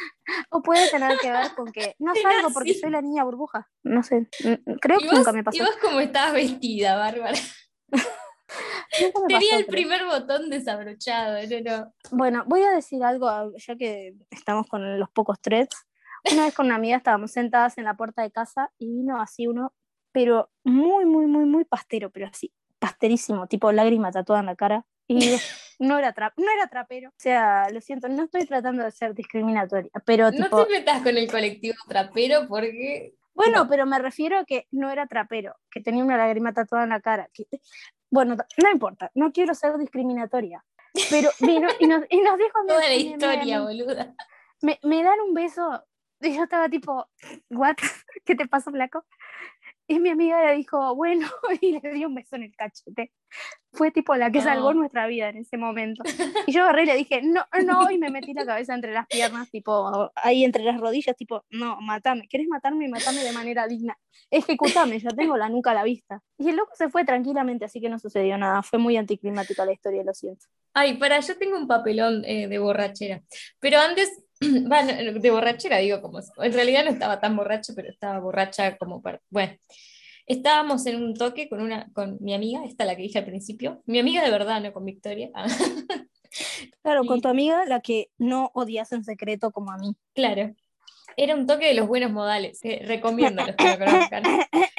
O puede tener que ver con que no Era salgo porque soy así. la niña burbuja. No sé, mm, creo ¿Y que vos, nunca me y pasó. vos cómo estabas vestida, Bárbara? Nunca me Tenía pasó, el creo. primer botón desabrochado, no, no. Bueno, voy a decir algo, ah, ya que estamos con los pocos threads. Una vez con una amiga estábamos sentadas en la puerta de casa y vino así uno, pero muy, muy, muy, muy pastero, pero así, pasterísimo, tipo lágrima tatuada en la cara. Y no era, tra no era trapero. O sea, lo siento, no estoy tratando de ser discriminatoria, pero No te tipo, metas con el colectivo trapero porque, bueno, tipo, pero me refiero a que no era trapero, que tenía una lágrima tatuada en la cara. Que, bueno, no importa, no quiero ser discriminatoria. Pero vino y nos, y nos dijo a mi, toda la a mi amiga y a historia, mí, boluda. me, me dan un beso. Y yo estaba tipo, ¿what? ¿Qué te pasa, flaco? Y mi amiga le dijo, bueno, y le dio un beso en el cachete. Fue tipo la que salvó No. nuestra vida en ese momento. Y yo agarré y le dije, no, no, y me metí la cabeza entre las piernas, tipo, ahí entre las rodillas, tipo, no, matame, ¿querés matarme? Matame de manera digna. Ejecutame, ya tengo la nuca a la vista. Y el loco se fue tranquilamente, así que no sucedió nada. Fue muy anticlimática la historia, lo siento. Ay, para, yo tengo un papelón eh, de borrachera. Pero antes, bueno, de borrachera digo, como, en realidad no estaba tan borracha, pero estaba borracha como para, bueno. Estábamos en un toque con una, con mi amiga, esta la que dije al principio, mi amiga de verdad, no con Victoria. Claro, con tu Y amiga, la que no odias en secreto como a mí. claro, era un toque de los buenos modales, que recomiendo a los que no conozcan.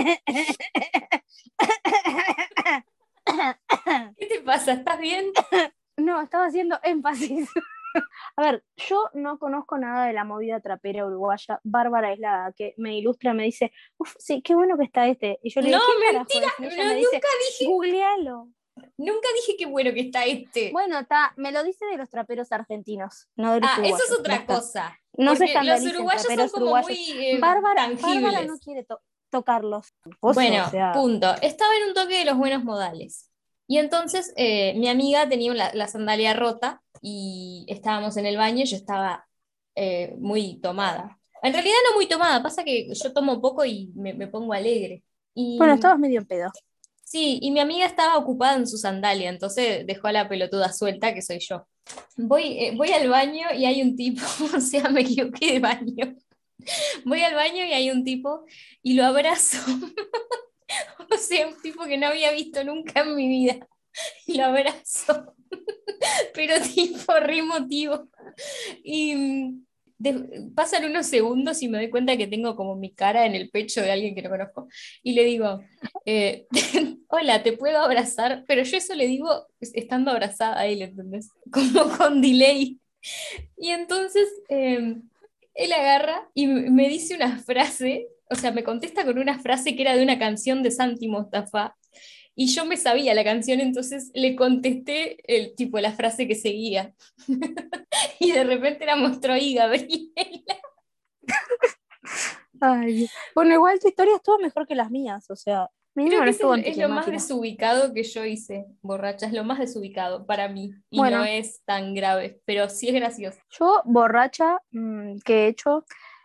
¿Qué te pasa? ¿Estás bien? No, estaba haciendo énfasis. A ver, yo no conozco nada de la movida trapera uruguaya. Bárbara es la que me ilustra, me dice, uff, sí, qué bueno que está este. Y yo le No, digo, ¿quién carajo mentira, es? Y ella no, me dice, nunca dije, googlealo. nunca dije qué bueno que está este. Bueno, está, me lo dice de los traperos argentinos, no de los Ah, eso es uruguayos. otra Basta. cosa, No se porque los escandalicen, uruguayos son traperos como muy uruguayos. eh, Bárbara, Bárbara no tangibles. quiere to- tocarlos. Oso, o Bueno, sea, punto. Estaba en un toque de los buenos modales. Y entonces eh, mi amiga tenía la, la sandalia rota y estábamos en el baño y yo estaba eh, muy tomada. En realidad no muy tomada, pasa que yo tomo poco y me, me pongo alegre. Bueno, Y estabas medio en pedo. sí, y mi amiga estaba ocupada en su sandalia, entonces dejó a la pelotuda suelta, que soy yo. Voy, eh, voy al baño y hay un tipo, o sea, me equivoqué de baño. Voy al baño y hay un tipo y lo abrazo. O sea, un tipo que no había visto nunca en mi vida. Y lo abrazo. Pero tipo re emotivo. Y mm, de- pasan unos segundos y me doy cuenta que tengo como mi cara en el pecho de alguien que no conozco. Y le digo, eh, hola, ¿te puedo abrazar? Pero yo eso le digo estando abrazada a él, ¿entendés? Como con delay. Y entonces eh, él agarra y m- me dice una frase, o sea, me contesta con una frase que era de una canción de Santi Mostafa. Y yo me sabía la canción, entonces le contesté el tipo, la frase que seguía. Y de repente la mostró ahí Gabriel. Ay, Dios. Bueno, igual tu historia estuvo mejor que las mías, o sea, mínimo Creo no que es, estuvo el- es lo más anticlimática. desubicado que yo hice, borracha, es lo más desubicado para mí y no Bueno, es tan grave, pero sí es gracioso. yo borracha, mm, que he hecho,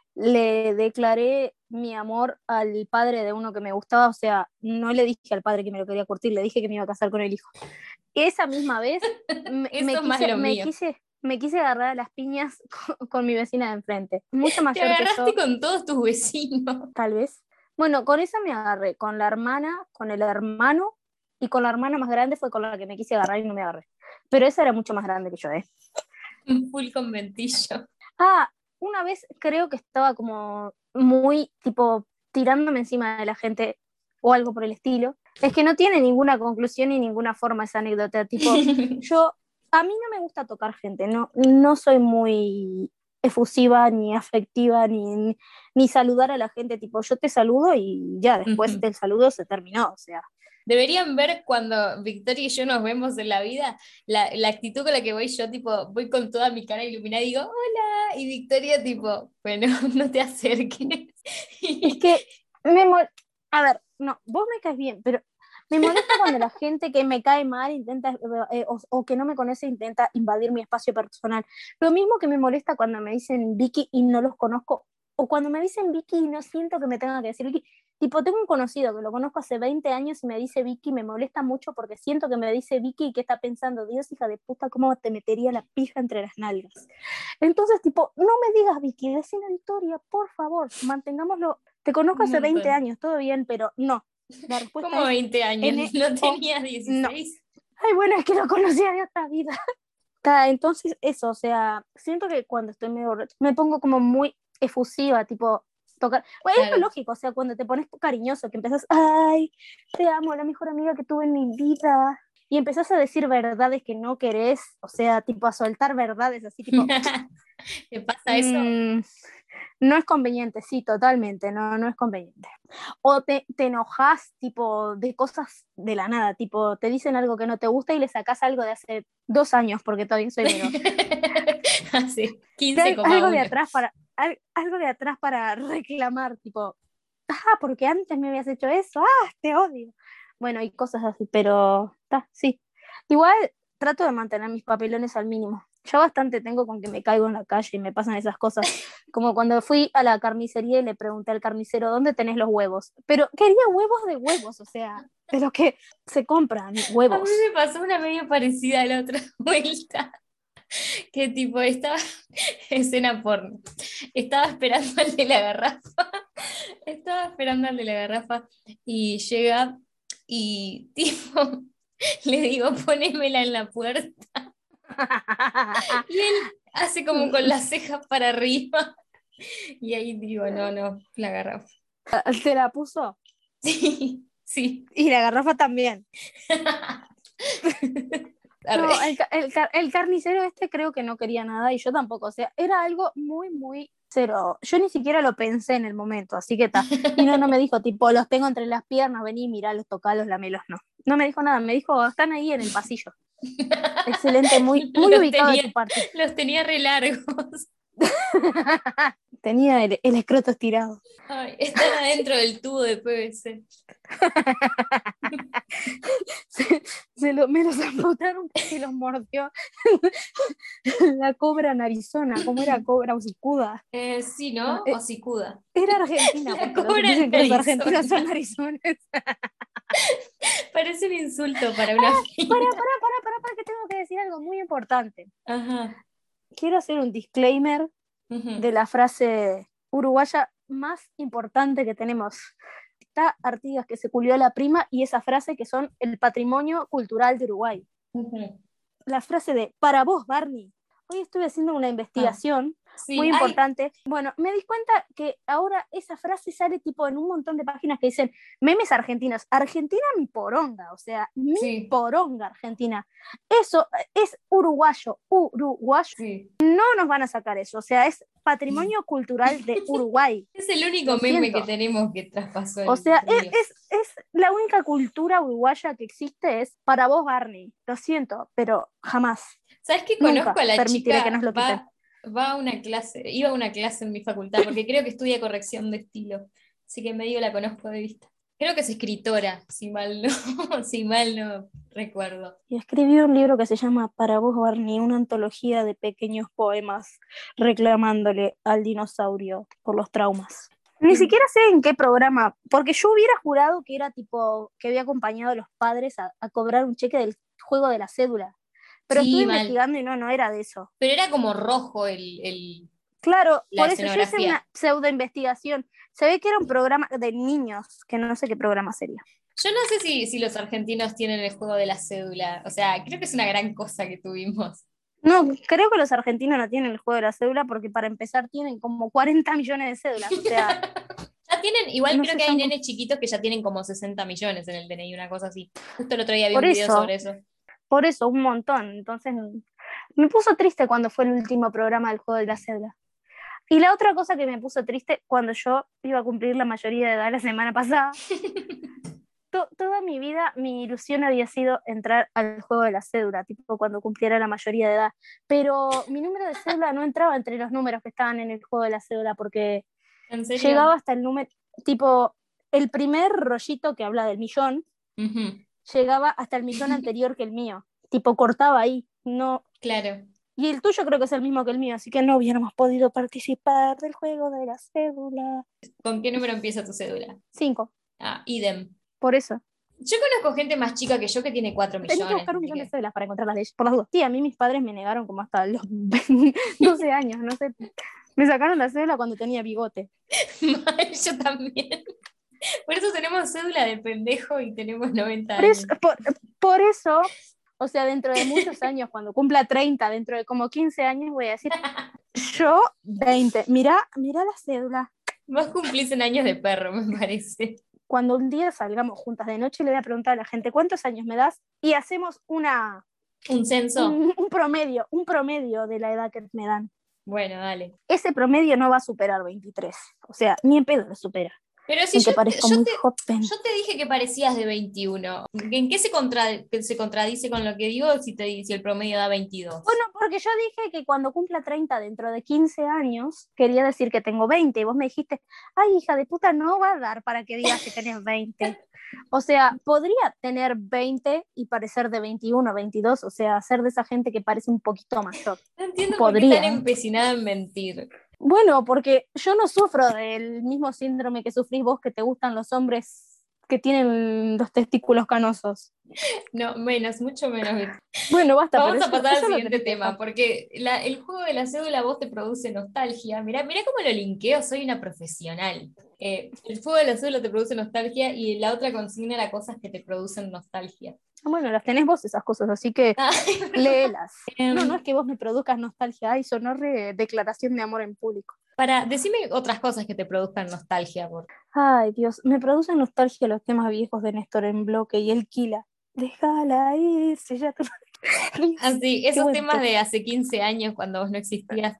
le declaré mi amor al padre de uno que me gustaba, o sea, no le dije al padre que me lo quería curtir, le dije que me iba a casar con el hijo. Esa misma vez me, Eso me es más quise, lo me mío. quise, me quise agarrar a las piñas con, con mi vecina de enfrente, mucho Te mayor que agarraste yo, con todos tus vecinos. tal vez. Bueno, con esa me agarré, con la hermana, con el hermano, y con la hermana más grande fue con la que me quise agarrar y no me agarré. Pero esa era mucho más grande que yo, ¿eh? Un full conventillo. Ah, una vez creo que estaba como muy, tipo, tirándome encima de la gente o algo por el estilo. Es que no tiene ninguna conclusión ni ninguna forma esa anécdota. Tipo, yo, a mí no me gusta tocar gente, no, no soy muy efusiva, ni afectiva, ni, ni saludar a la gente. Tipo, yo te saludo y ya, después del saludo se terminó, o sea. Deberían ver cuando Victoria y yo nos vemos en la vida, la, la actitud con la que voy yo, tipo, voy con toda mi cara iluminada y digo, hola, y Victoria, tipo, bueno, no te acerques. Es que me mol... A ver, no, vos me caes bien, pero me molesta cuando la gente que me cae mal intenta, eh, o, o que no me conoce, intenta invadir mi espacio personal. Lo mismo que me molesta cuando me dicen Vicky y no los conozco, o cuando me dicen Vicky y no siento que me tengan que decir Vicky. Tipo, tengo un conocido que lo conozco hace veinte años y me dice Vicky, me molesta mucho porque siento que me dice Vicky y que está pensando, Dios, hija de puta, ¿cómo te metería la pija entre las nalgas? Entonces, tipo, no me digas Vicky, decime Victoria, por favor, mantengámoslo. Te conozco Un hace veinte montón. años, todo bien, pero no. La respuesta Como es veinte años, N no o tenías no. dieciséis. Ay, bueno, es que lo conocía de otra vida. Ta, entonces, eso, o sea, siento que cuando estoy medio borracha, me pongo como muy efusiva, tipo, tocar. Bueno, es lo Claro. lógico, o sea, cuando te pones cariñoso, que empezás, ay, te amo, la mejor amiga que tuve en mi vida. Y empezás a decir verdades que no querés, o sea, tipo, a soltar verdades así, tipo, ¿Te pasa eso? mm, no es conveniente, sí, totalmente, no, no es conveniente. O te, te enojas, tipo, de cosas de la nada, tipo, te dicen algo que no te gusta y le sacas algo de hace dos años, porque todavía soy menor. Hace quince Al- coma algo de uno. atrás para, al- algo de atrás para reclamar, tipo, ah, porque antes me habías hecho eso, ah, te odio. Bueno, y cosas así, pero, está, sí. Igual trato de mantener mis papelones al mínimo. Ya bastante tengo con que me caigo en la calle y me pasan esas cosas. Como cuando fui a la carnicería y le pregunté al carnicero, ¿dónde tenés los huevos? Pero quería huevos de huevos, o sea, de lo que se compran, A mí huevos. me pasó una medio parecida a la otra vuelta, que tipo estaba, escena porno, estaba esperando al de la garrafa, estaba esperando al de la garrafa y llega y tipo, le digo, ponémela en la puerta y él hace como con las cejas para arriba y ahí digo, no, no, la garrafa. Se la puso. Sí, sí. Y la garrafa también. Arre. No, el, el, el, carnicero este creo que no quería nada y yo tampoco, o sea, era algo muy, muy cero. Yo ni siquiera lo pensé en el momento, así que está. Y no, no me dijo, tipo, los tengo entre las piernas, vení, miralos, tocalos, lamelos, no. No me dijo nada, me dijo, están ahí en el pasillo. Excelente, muy, muy Los ubicado de tenía, tu parte. los tenía re largos. Tenía el, el escroto estirado. Ay, están adentro del tubo de P V C. se, se lo, me los amputaron porque los mordió la cobra en Arizona. ¿Cómo era cobra hocicuda? Eh, sí, Ah, ¿no? eh, O Cicuda. era Argentina, La porque los, cobra dicen en que los Arizona. argentinos son arizones. Parece un insulto para una Para, fila. para, para, para, para, que tengo que decir algo muy importante. Ajá. Quiero hacer un disclaimer Ujú. de la frase uruguaya más importante que tenemos. Está Artigas que se culió a la prima y esa frase que son el patrimonio cultural de Uruguay. Ujú. La frase de para vos, Barney. Hoy estuve haciendo una investigación Ah, sí, muy ay, importante. Bueno, me di cuenta que ahora esa frase sale tipo en un montón de páginas que dicen memes argentinos. Argentina mi poronga, o sea, mi sí, poronga Argentina. Eso es uruguayo, uruguayo. sí. No nos van a sacar eso, o sea, es patrimonio cultural de Uruguay. Es el único Lo meme siento. que tenemos que traspasó O el sea, es, río. es, es la única cultura uruguaya que existe es para vos, Barney. Lo siento, pero jamás, ¿Sabes que conozco nunca a la permitiré que chica? nos lo quiten. Va, va a una clase, iba a una clase en mi facultad, porque creo que estudia corrección de estilo. Así que medio la conozco de vista. Creo que es escritora, si mal no, si mal no recuerdo. Y escribió un libro que se llama Para vos, Barney, una antología de pequeños poemas reclamándole al dinosaurio por los traumas. Ni siquiera sé en qué programa, porque yo hubiera jurado que era tipo, que había acompañado a los padres a, a cobrar un cheque del juego de la cédula. Pero Sí, estuve mal. investigando y no, no era de eso. Pero era como rojo el, el, Claro, la por eso yo hice escenografía. una pseudo investigación. Se ve que era un programa de niños, que no sé qué programa sería. Yo no sé si, si los argentinos tienen el juego de la cédula. O sea, creo que es una gran cosa que tuvimos. No, creo que los argentinos no tienen el juego de la cédula porque para empezar tienen como cuarenta millones de cédulas. O sea, Ya tienen, igual no creo sé, que hay son... nenes chiquitos que ya tienen como sesenta millones en el D N I, una cosa así. Justo el otro día vi Por un video eso, sobre eso. por eso, un montón. Entonces, me puso triste cuando fue el último programa del juego de la cédula. Y la otra cosa que me puso triste, cuando yo iba a cumplir la mayoría de edad la semana pasada, to toda mi vida mi ilusión había sido entrar al juego de la cédula, tipo cuando cumpliera la mayoría de edad. Pero mi número de cédula no entraba entre los números que estaban en el juego de la cédula porque ¿En serio? llegaba hasta el número, tipo, el primer rollito que habla del millón, uh-huh. llegaba hasta el millón anterior que el mío. Tipo, cortaba ahí. No. Claro. Y el tuyo creo que es el mismo que el mío, así que no hubiéramos podido participar del juego de la cédula. ¿Con qué número empieza tu cédula? Cinco. Ah, idem. Por eso. Yo conozco gente más chica que yo que tiene cuatro millones. Tenés que buscar un millón que... de cédulas para encontrar las de ellos, por las dudas. Sí, a mí mis padres me negaron como hasta los doce años, no sé. Me sacaron la cédula cuando tenía bigote. Mal, yo también. Por eso tenemos cédula de pendejo y tenemos noventa por años. Eso, por, por eso, o sea, dentro de muchos años, cuando cumpla treinta, dentro de como quince años, voy a decir, yo veinte. Mirá, mirá la cédula. Vos cumplís en años de perro, me parece. Cuando un día salgamos juntas de noche, le voy a preguntar a la gente cuántos años me das y hacemos una un censo. Un, un promedio, un promedio de la edad que me dan. Bueno, dale. Ese promedio no va a superar veintitrés. O sea, ni en pedo lo supera. Pero si yo, te, yo, te, yo te dije que parecías de veintiuno. ¿En qué se, contra, se contradice con lo que digo si, te, si el promedio da veintidós? Bueno, porque yo dije que cuando cumpla treinta dentro de quince años, quería decir que tengo veinte. Y vos me dijiste, ay, hija de puta, no va a dar para que digas que tenés veinte. O sea, podría tener veinte y parecer de veintiuno, veintidós. O sea, ser de esa gente que parece un poquito mayor. No entiendo podría. por qué están empecinadas en mentir. Bueno, porque yo no sufro del mismo síndrome que sufrís vos, que te gustan los hombres que tienen los testículos canosos. No, menos, mucho menos. Bueno, basta. Vamos pero a pasar eso, al siguiente tema, porque la, el juego de la cédula vos te produce nostalgia. Mirá, mirá cómo lo linkeo, soy una profesional. Eh, el juego de la cédula te produce nostalgia y la otra consigna era cosas que te producen nostalgia. Bueno, las tenés vos esas cosas, así que Ay, léelas. Um, no, no es que vos me produzcas nostalgia, ay, sonó re declaración de amor en público. Para, decime otras cosas que te produzcan nostalgia. Por... Ay, Dios, me producen nostalgia los temas viejos de Néstor en Bloque y el Kila. Déjala irse, ya tú... Así, ah, esos temas de hace quince años cuando vos no existías.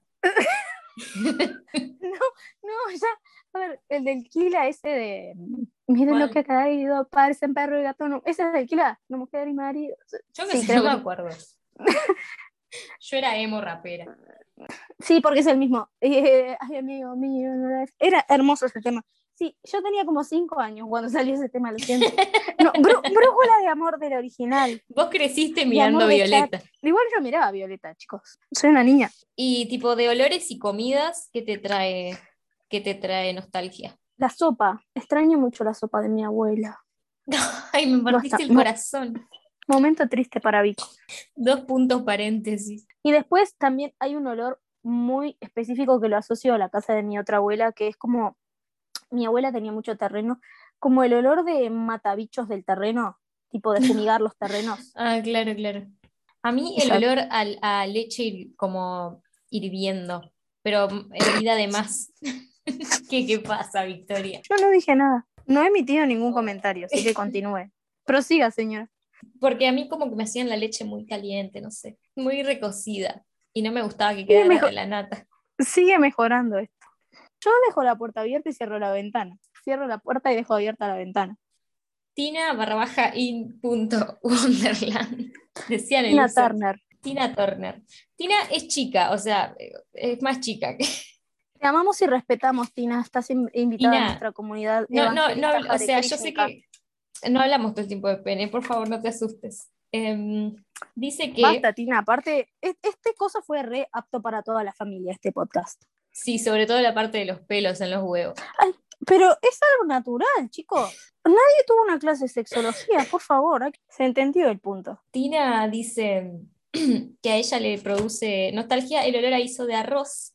no, no, ya, a ver, el del Kila ese de miren ¿cuál? Lo que ha caído, parecen perro y gato, no, ese es del Kila, no mujer y marido. Yo que sí, sé, no me acuerdo. Yo era emo rapera. Sí, porque es el mismo. Eh, ay, amigo mío, no es- era hermoso ese tema. Sí, yo tenía como cinco años cuando salió ese tema, lo siento. No, Brú- Brújula de amor del original. Vos creciste De mirando amor de chat. Violeta. Igual yo miraba a Violeta, chicos. Soy una niña. Y tipo de olores y comidas, ¿qué te trae, qué te trae nostalgia? La sopa. Extraño mucho la sopa de mi abuela. Ay, me Basta. partiste el Mo- corazón. momento triste para Vico. Dos puntos paréntesis. Y después también hay un olor muy específico que lo asocio a la casa de mi otra abuela, que es como, mi abuela tenía mucho terreno, como el olor de matabichos del terreno, tipo de fumigar los terrenos. Ah, claro, claro. A mí el Esa, olor al- a leche hir- como hirviendo, pero hervida de más. ¿Qué, qué pasa, Victoria? yo no dije nada, no he emitido ningún comentario, así que continúe. Prosiga, señora. Porque a mí como que me hacían la leche muy caliente, no sé, muy recocida. Y no me gustaba que Sigue, quedara mejo- la nata. sigue mejorando esto. Yo dejo la puerta abierta y cierro la ventana. Cierro la puerta y dejo abierta la ventana. Tina barra baja in punto Wonderland. Decían el Tina user. Turner. Tina Turner. Tina es chica, o sea, es más chica que Te amamos y respetamos, Tina. Estás in- invitada a Tina. nuestra comunidad No, no, no, evangelista o Hare sea, yo sé Krishnika. que no hablamos todo el tiempo de pene, por favor, no te asustes. Em, dice que Basta, Tina. Aparte, e- este cosa fue re apto para toda la familia, este podcast. sí, sobre todo la parte de los pelos en los huevos. Ay, pero es algo natural, chicos. Nadie tuvo una clase de sexología, por favor. Aquí- Se entendió el punto. Tina dice que a ella le produce nostalgia el olor a guiso de arroz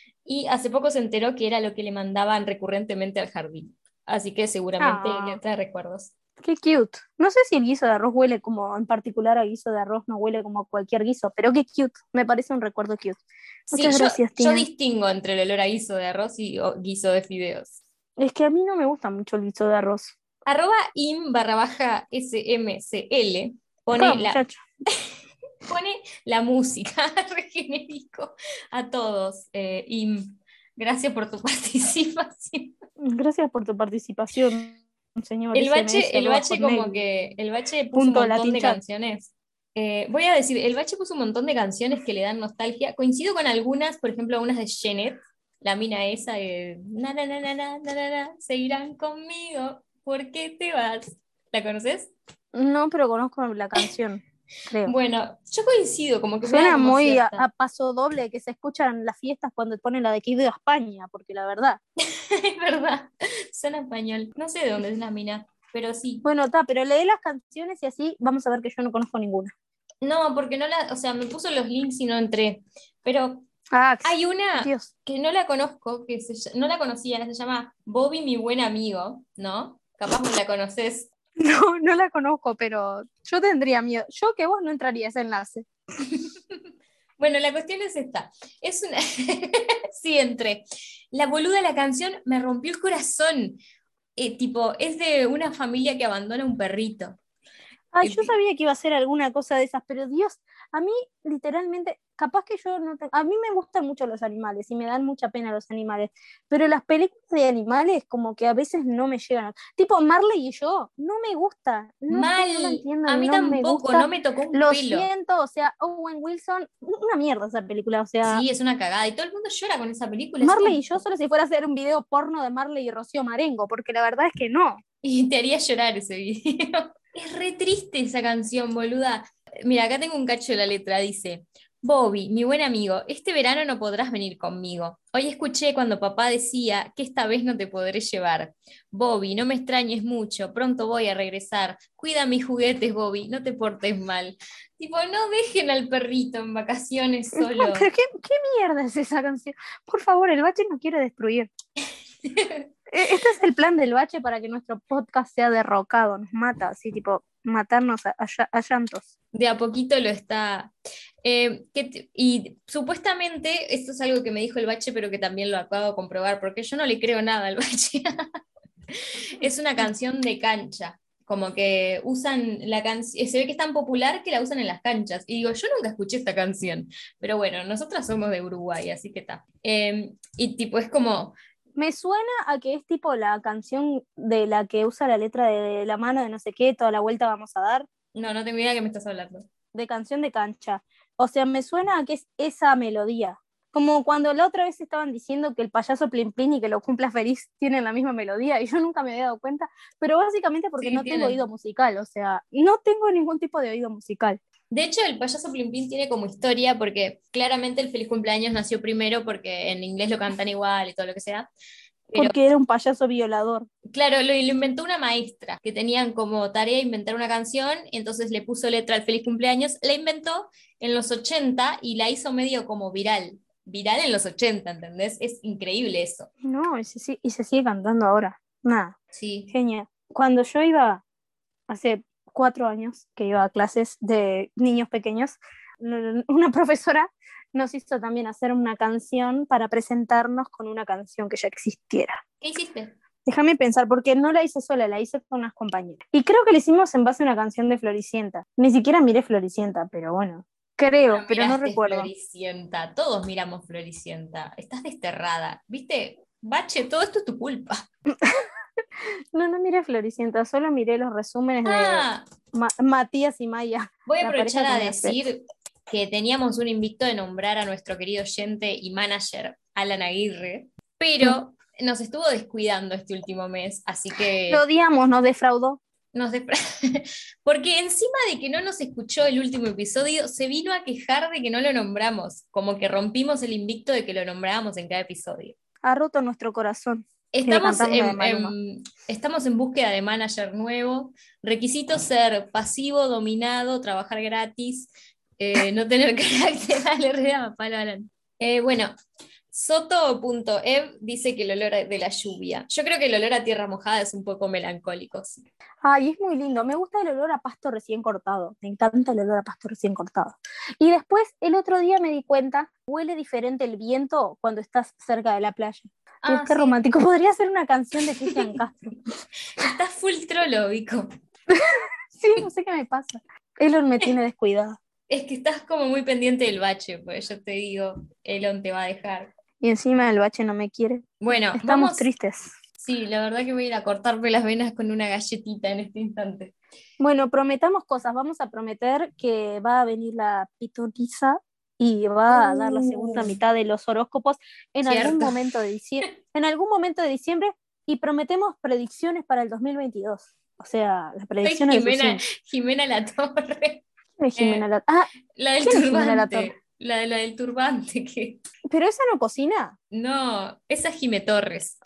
y hace poco se enteró que era lo que le mandaban recurrentemente al jardín. Así que seguramente le Ah, trae recuerdos. qué cute. No sé si el guiso de arroz huele como, en particular a guiso de arroz no huele como a cualquier guiso, pero qué cute. Me parece un recuerdo cute. Sí, Muchas yo, gracias, yo Tina. distingo entre el olor a guiso de arroz y o- guiso de fideos. Es que a mí no me gusta mucho el guiso de arroz. Arroba im barra baja smcl Cada pone la, muchacho. pone la música, re genérico a todos. Eh, im, gracias por tu participación. Gracias por tu participación, señor El bache, sms el arroba bache como hotmail que, el bache puso un punto montón latin de chat. canciones. Eh, voy a decir, el bache puso un montón de canciones que le dan nostalgia. Coincido con algunas, por ejemplo, unas de Janet, la mina esa de na na na na na na na, na, seguirán conmigo, ¿por qué te vas? ¿La conoces? No, pero conozco la canción, creo. Bueno, yo coincido, como que me da Suena como muy a, cierta. a paso doble que se escuchan en las fiestas cuando ponen la de que he ido a España, porque la verdad. Es verdad, suena español. No sé de dónde es la mina, pero sí. Bueno, está, pero lee las canciones y así vamos a ver que yo no conozco ninguna. No, porque no la, o sea, me puso los links y no entré. Pero Ah, hay una Dios. que no la conozco, que se ll- no la conocía, se llama Bobby, mi buen amigo, ¿no? Capaz vos la conoces. No, no la conozco, pero yo tendría miedo. Yo que vos no entraría a ese enlace. Bueno, la cuestión es esta. Es una. Sí, entré. La boluda de la canción me rompió el corazón. Eh, tipo, es de una familia que abandona un perrito. Ay, Eh, yo ti- sabía que iba a ser alguna cosa de esas, pero Dios, a mí literalmente, capaz que yo no tengo, a mí me gustan mucho los animales y me dan mucha pena los animales, pero las películas de animales como que a veces no me llegan. Tipo Marley y yo, no me gusta, no sé, Mal. no lo entiendo, A mí no me tampoco, no gusta, me tocó un lo pelo. siento, o sea, Owen Wilson, una mierda esa película, o sea, Sí, es una cagada. Y todo el mundo llora con esa película. Es Marley y como. yo solo si fuera a hacer un video porno de Marley y Rocío Marengo, porque la verdad es que no. Y te haría llorar ese video. Es re triste esa canción, boluda. Mira, acá tengo un cacho de la letra. Dice, Bobby, mi buen amigo, este verano no podrás venir conmigo. Hoy escuché cuando papá decía que esta vez no te podré llevar. Bobby, no me extrañes mucho, pronto voy a regresar. Cuida mis juguetes, Bobby, no te portes mal. Tipo, no dejen al perrito en vacaciones No, solo. pero ¿qué, qué mierda es esa canción? Por favor, el bache nos quiere destruir. E- Este es el plan del bache para que nuestro podcast sea derrocado, nos mata, así tipo, matarnos a, a lla- a llantos. De a poquito lo está. Eh, que te- y supuestamente, esto es algo que me dijo el Bache, pero que también lo acabo de comprobar, porque yo no le creo nada al Bache. Es una canción de cancha, como que usan la canción, se ve que es tan popular que la usan en las canchas. Y digo, yo nunca escuché esta canción, pero bueno, nosotras somos de Uruguay, así que está. Eh, y tipo, es como, Me suena a que es tipo la canción de la que usa la letra de la mano de no sé qué, toda la vuelta vamos a dar, no, no tengo idea de qué me estás hablando. de canción de cancha. O sea, me suena a que es esa melodía. Como cuando la otra vez estaban diciendo que el payaso Plin Plin y que lo cumpla feliz tienen la misma melodía y yo nunca me había dado cuenta, pero básicamente porque Sí, no tengo tienen. oído musical, o sea, no tengo ningún tipo de oído musical. De hecho, el payaso Plin Plin tiene como historia porque claramente el feliz cumpleaños nació primero porque en inglés lo cantan igual y todo lo que sea. Pero Porque era un payaso violador. claro, lo, lo inventó una maestra que tenían como tarea inventar una canción, y entonces le puso letra al feliz cumpleaños. La inventó en los ochenta y la hizo medio como viral. Viral en los ochenta, ¿entendés? Es increíble eso. No, y se, si- y se sigue cantando ahora. Nada, Sí. genial. Cuando yo iba, hace cuatro años, que iba a clases de niños pequeños, n- una profesora nos hizo también hacer una canción para presentarnos con una canción que ya existiera. ¿Qué hiciste? Déjame pensar, porque no la hice sola, la hice con unas compañeras. Y creo que la hicimos en base a una canción de Floricienta. Ni siquiera miré Floricienta, pero bueno, creo, No pero no miraste recuerdo. Floricienta, todos miramos Floricienta. Estás desterrada. ¿Viste? Bache, todo esto es tu culpa. No, no miré Floricienta, solo miré los resúmenes de Ah, Ma- Matías y Maya, voy a la aprovechar pareja a con una C. decir que teníamos un invicto de nombrar a nuestro querido oyente y manager, Alan Aguirre, Sí. pero nos estuvo descuidando este último mes, así Lo que odiamos, nos defraudó. nos despre- porque encima de que no nos escuchó el último episodio, se vino a quejar de que no lo nombramos, como que rompimos el invicto de que lo nombrábamos en cada episodio. Ha roto nuestro corazón. Y le Estamos cantamos la de en, Maluma. en- estamos en búsqueda de manager nuevo. Requisitos ser pasivo, dominado, trabajar gratis, eh, no tener carácter. Dale, re a palo, Alan. Eh, bueno, Soto.ev dice que el olor de la lluvia. Yo creo que el olor a tierra mojada es un poco melancólico. Sí. Ay, es muy lindo. Me gusta el olor a pasto recién cortado. Me encanta el olor a pasto recién cortado. Y después, el otro día me di cuenta, huele diferente el viento cuando estás cerca de la playa. Dios, Ah, qué sí. romántico. Podría ser una canción de Cristian Castro. Estás full trolo, Vico. Sí, no sé qué me pasa. Elon me tiene descuidada. Es que estás como muy pendiente del bache, pues yo te digo, Elon te va a dejar. Y encima el bache no me quiere. Bueno, Estamos vamos. tristes. Sí, la verdad que voy a ir a cortarme las venas con una galletita en este instante. Bueno, prometamos cosas. Vamos a prometer que va a venir la pitonisa y va a dar la segunda Uh, mitad de los horóscopos en algún cierto. momento de diciembre, en algún momento de diciembre y prometemos predicciones para el dos mil veintidós. O sea, las Soy predicciones de su Jimena, signo. Jimena La Torre. ¿Quién es Jimena Eh, La Ah, la del ¿quién es Jimena La Torre? turbante. La, de- la del turbante, que. ¿Pero esa no cocina? No, esa es Jime Torres.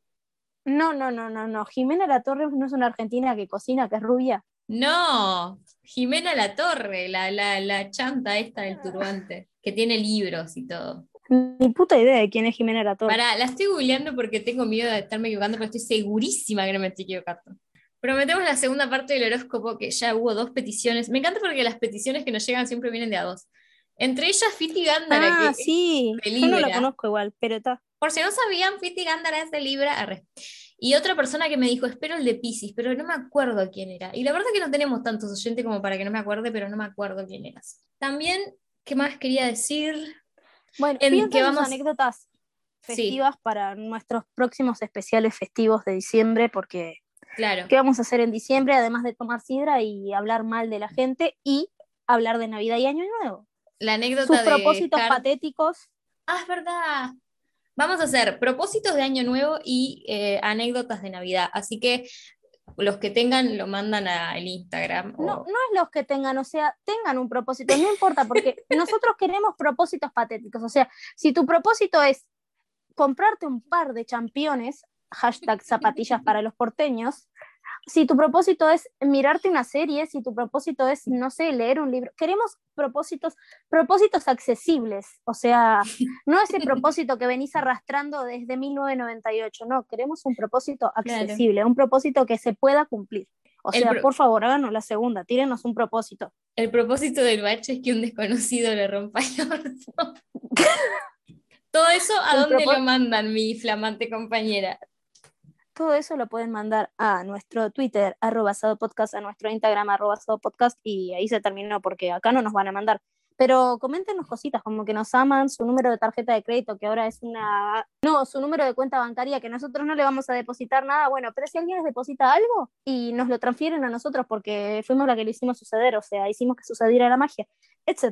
No, no, no, no, no. Jimena La Torre no es una argentina que cocina, que es rubia. No, Jimena La Torre, la, la, la chanta esta del turbante, que tiene libros y todo. Ni puta idea de quién es Jimena La Torre. Pará, la estoy googleando porque tengo miedo de estarme equivocando, pero estoy segurísima que no me estoy equivocando. Prometemos la segunda parte del horóscopo, que ya hubo dos peticiones. Me encanta porque las peticiones que nos llegan siempre vienen de a dos. Entre ellas, Fiti Gándara, que Ah, es sí. de Yo no la Libra. conozco igual, pero está. Por si no sabían, Fiti Gándara es de Libra. Arre. Y otra persona que me dijo, espero el de Piscis, pero no me acuerdo quién era. Y la verdad que no tenemos tantos oyentes como para que no me acuerde, pero no me acuerdo quién eras. También, ¿qué más quería decir? Bueno, En que piensa sus vamos. anécdotas Sí, festivas para nuestros próximos especiales festivos de diciembre, porque claro. ¿qué vamos a hacer en diciembre? Además de tomar sidra y hablar mal de la gente y hablar de Navidad y Año Nuevo. La Sus anécdota de propósitos Hard. patéticos. Ah, es verdad. Vamos a hacer propósitos de Año Nuevo y eh, anécdotas de Navidad. Así que los que tengan lo mandan al Instagram. No, O... no es los que tengan, o sea, tengan un propósito, no importa, porque nosotros queremos propósitos patéticos. O sea, si tu propósito es comprarte un par de championes, hashtag zapatillas para los porteños, si tu propósito es mirarte una serie, si tu propósito es, no sé, leer un libro, queremos propósitos, propósitos accesibles, o sea, no ese propósito que venís arrastrando desde mil novecientos noventa y ocho, no, queremos un propósito Claro. accesible, un propósito que se pueda cumplir. O El sea, pro- por favor, háganos la segunda, tírenos un propósito. El propósito del bache es que un desconocido le rompa el orto. Todo eso, ¿a El dónde lo propó- mandan, mi flamante compañera? Todo eso lo pueden mandar a nuestro Twitter, arroba Podcast, a nuestro Instagram, arroba Podcast, y ahí se terminó, porque acá no nos van a mandar. Pero coméntenos cositas, como que nos aman, su número de tarjeta de crédito, que ahora es una... No, su número de cuenta bancaria, que nosotros no le vamos a depositar nada, bueno, pero si alguien les deposita algo y nos lo transfieren a nosotros, porque fuimos la que le hicimos suceder, o sea, hicimos que sucediera la magia, etcétera.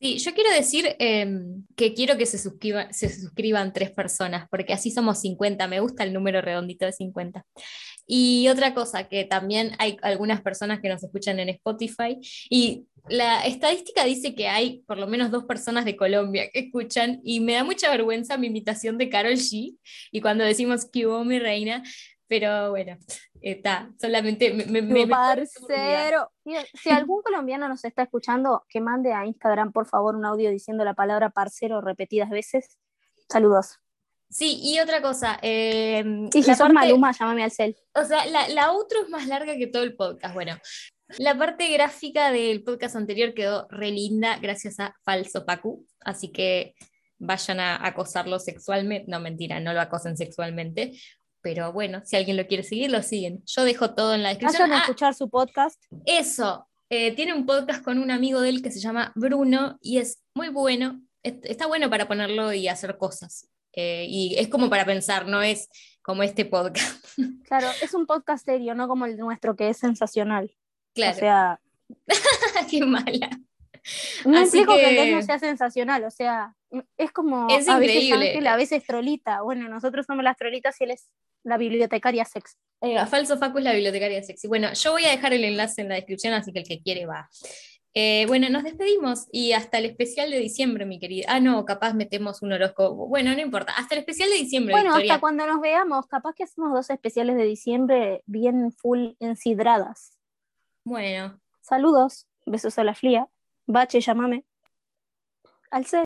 Sí, yo quiero decir eh, que quiero que se suscriban, se suscriban tres personas, porque así somos cincuenta. Me gusta el número redondito de cincuenta. Y otra cosa, que también hay algunas personas que nos escuchan en Spotify, y la estadística dice que hay por lo menos dos personas de Colombia que escuchan, y me da mucha vergüenza mi imitación de Karol G, y cuando decimos que hubo mi reina, pero bueno, está, solamente me, me, me, Tu me pone turbia. parcero. Tío, si algún colombiano nos está escuchando, que mande a Instagram, por favor, un audio diciendo la palabra parcero repetidas veces. Saludos. Sí, y otra cosa, eh, Y si la sos parte, Maluma, llámame al cel. o sea, la, la outro es más larga que todo el podcast. Bueno, la parte gráfica del podcast anterior quedó re linda gracias a Falso Pacu, así que vayan a acosarlo sexualmente. No, mentira, no lo acosen sexualmente, pero bueno, si alguien lo quiere seguir, lo siguen. Yo dejo todo en la descripción. Vayan a Ah, escuchar su podcast. eso, eh, tiene un podcast con un amigo de él que se llama Bruno y es muy bueno. est- Está bueno para ponerlo y hacer cosas. Eh, y es como para pensar, no es como este podcast. Claro, es un podcast serio, no como el nuestro, que es sensacional. O Claro, sea, qué mala. no Así implico que el de él no que sea sensacional, o sea, es como es a veces Ángel, a increíble. veces Trolita. Bueno, nosotros somos las Trolitas y él es la bibliotecaria sex. Eh, a Falso Facu es la bibliotecaria sexy. Bueno, yo voy a dejar el enlace en la descripción, así que el que quiere va. Eh, bueno, nos despedimos y hasta el especial de diciembre, mi querida. Ah, no, capaz metemos un horóscopo. Bueno, no importa. Hasta el especial de diciembre, Bueno, hasta Victoria. cuando nos veamos, capaz que hacemos dos especiales de diciembre bien full ensidradas. Bueno. Saludos, besos a la fría. Bache, llámame. Al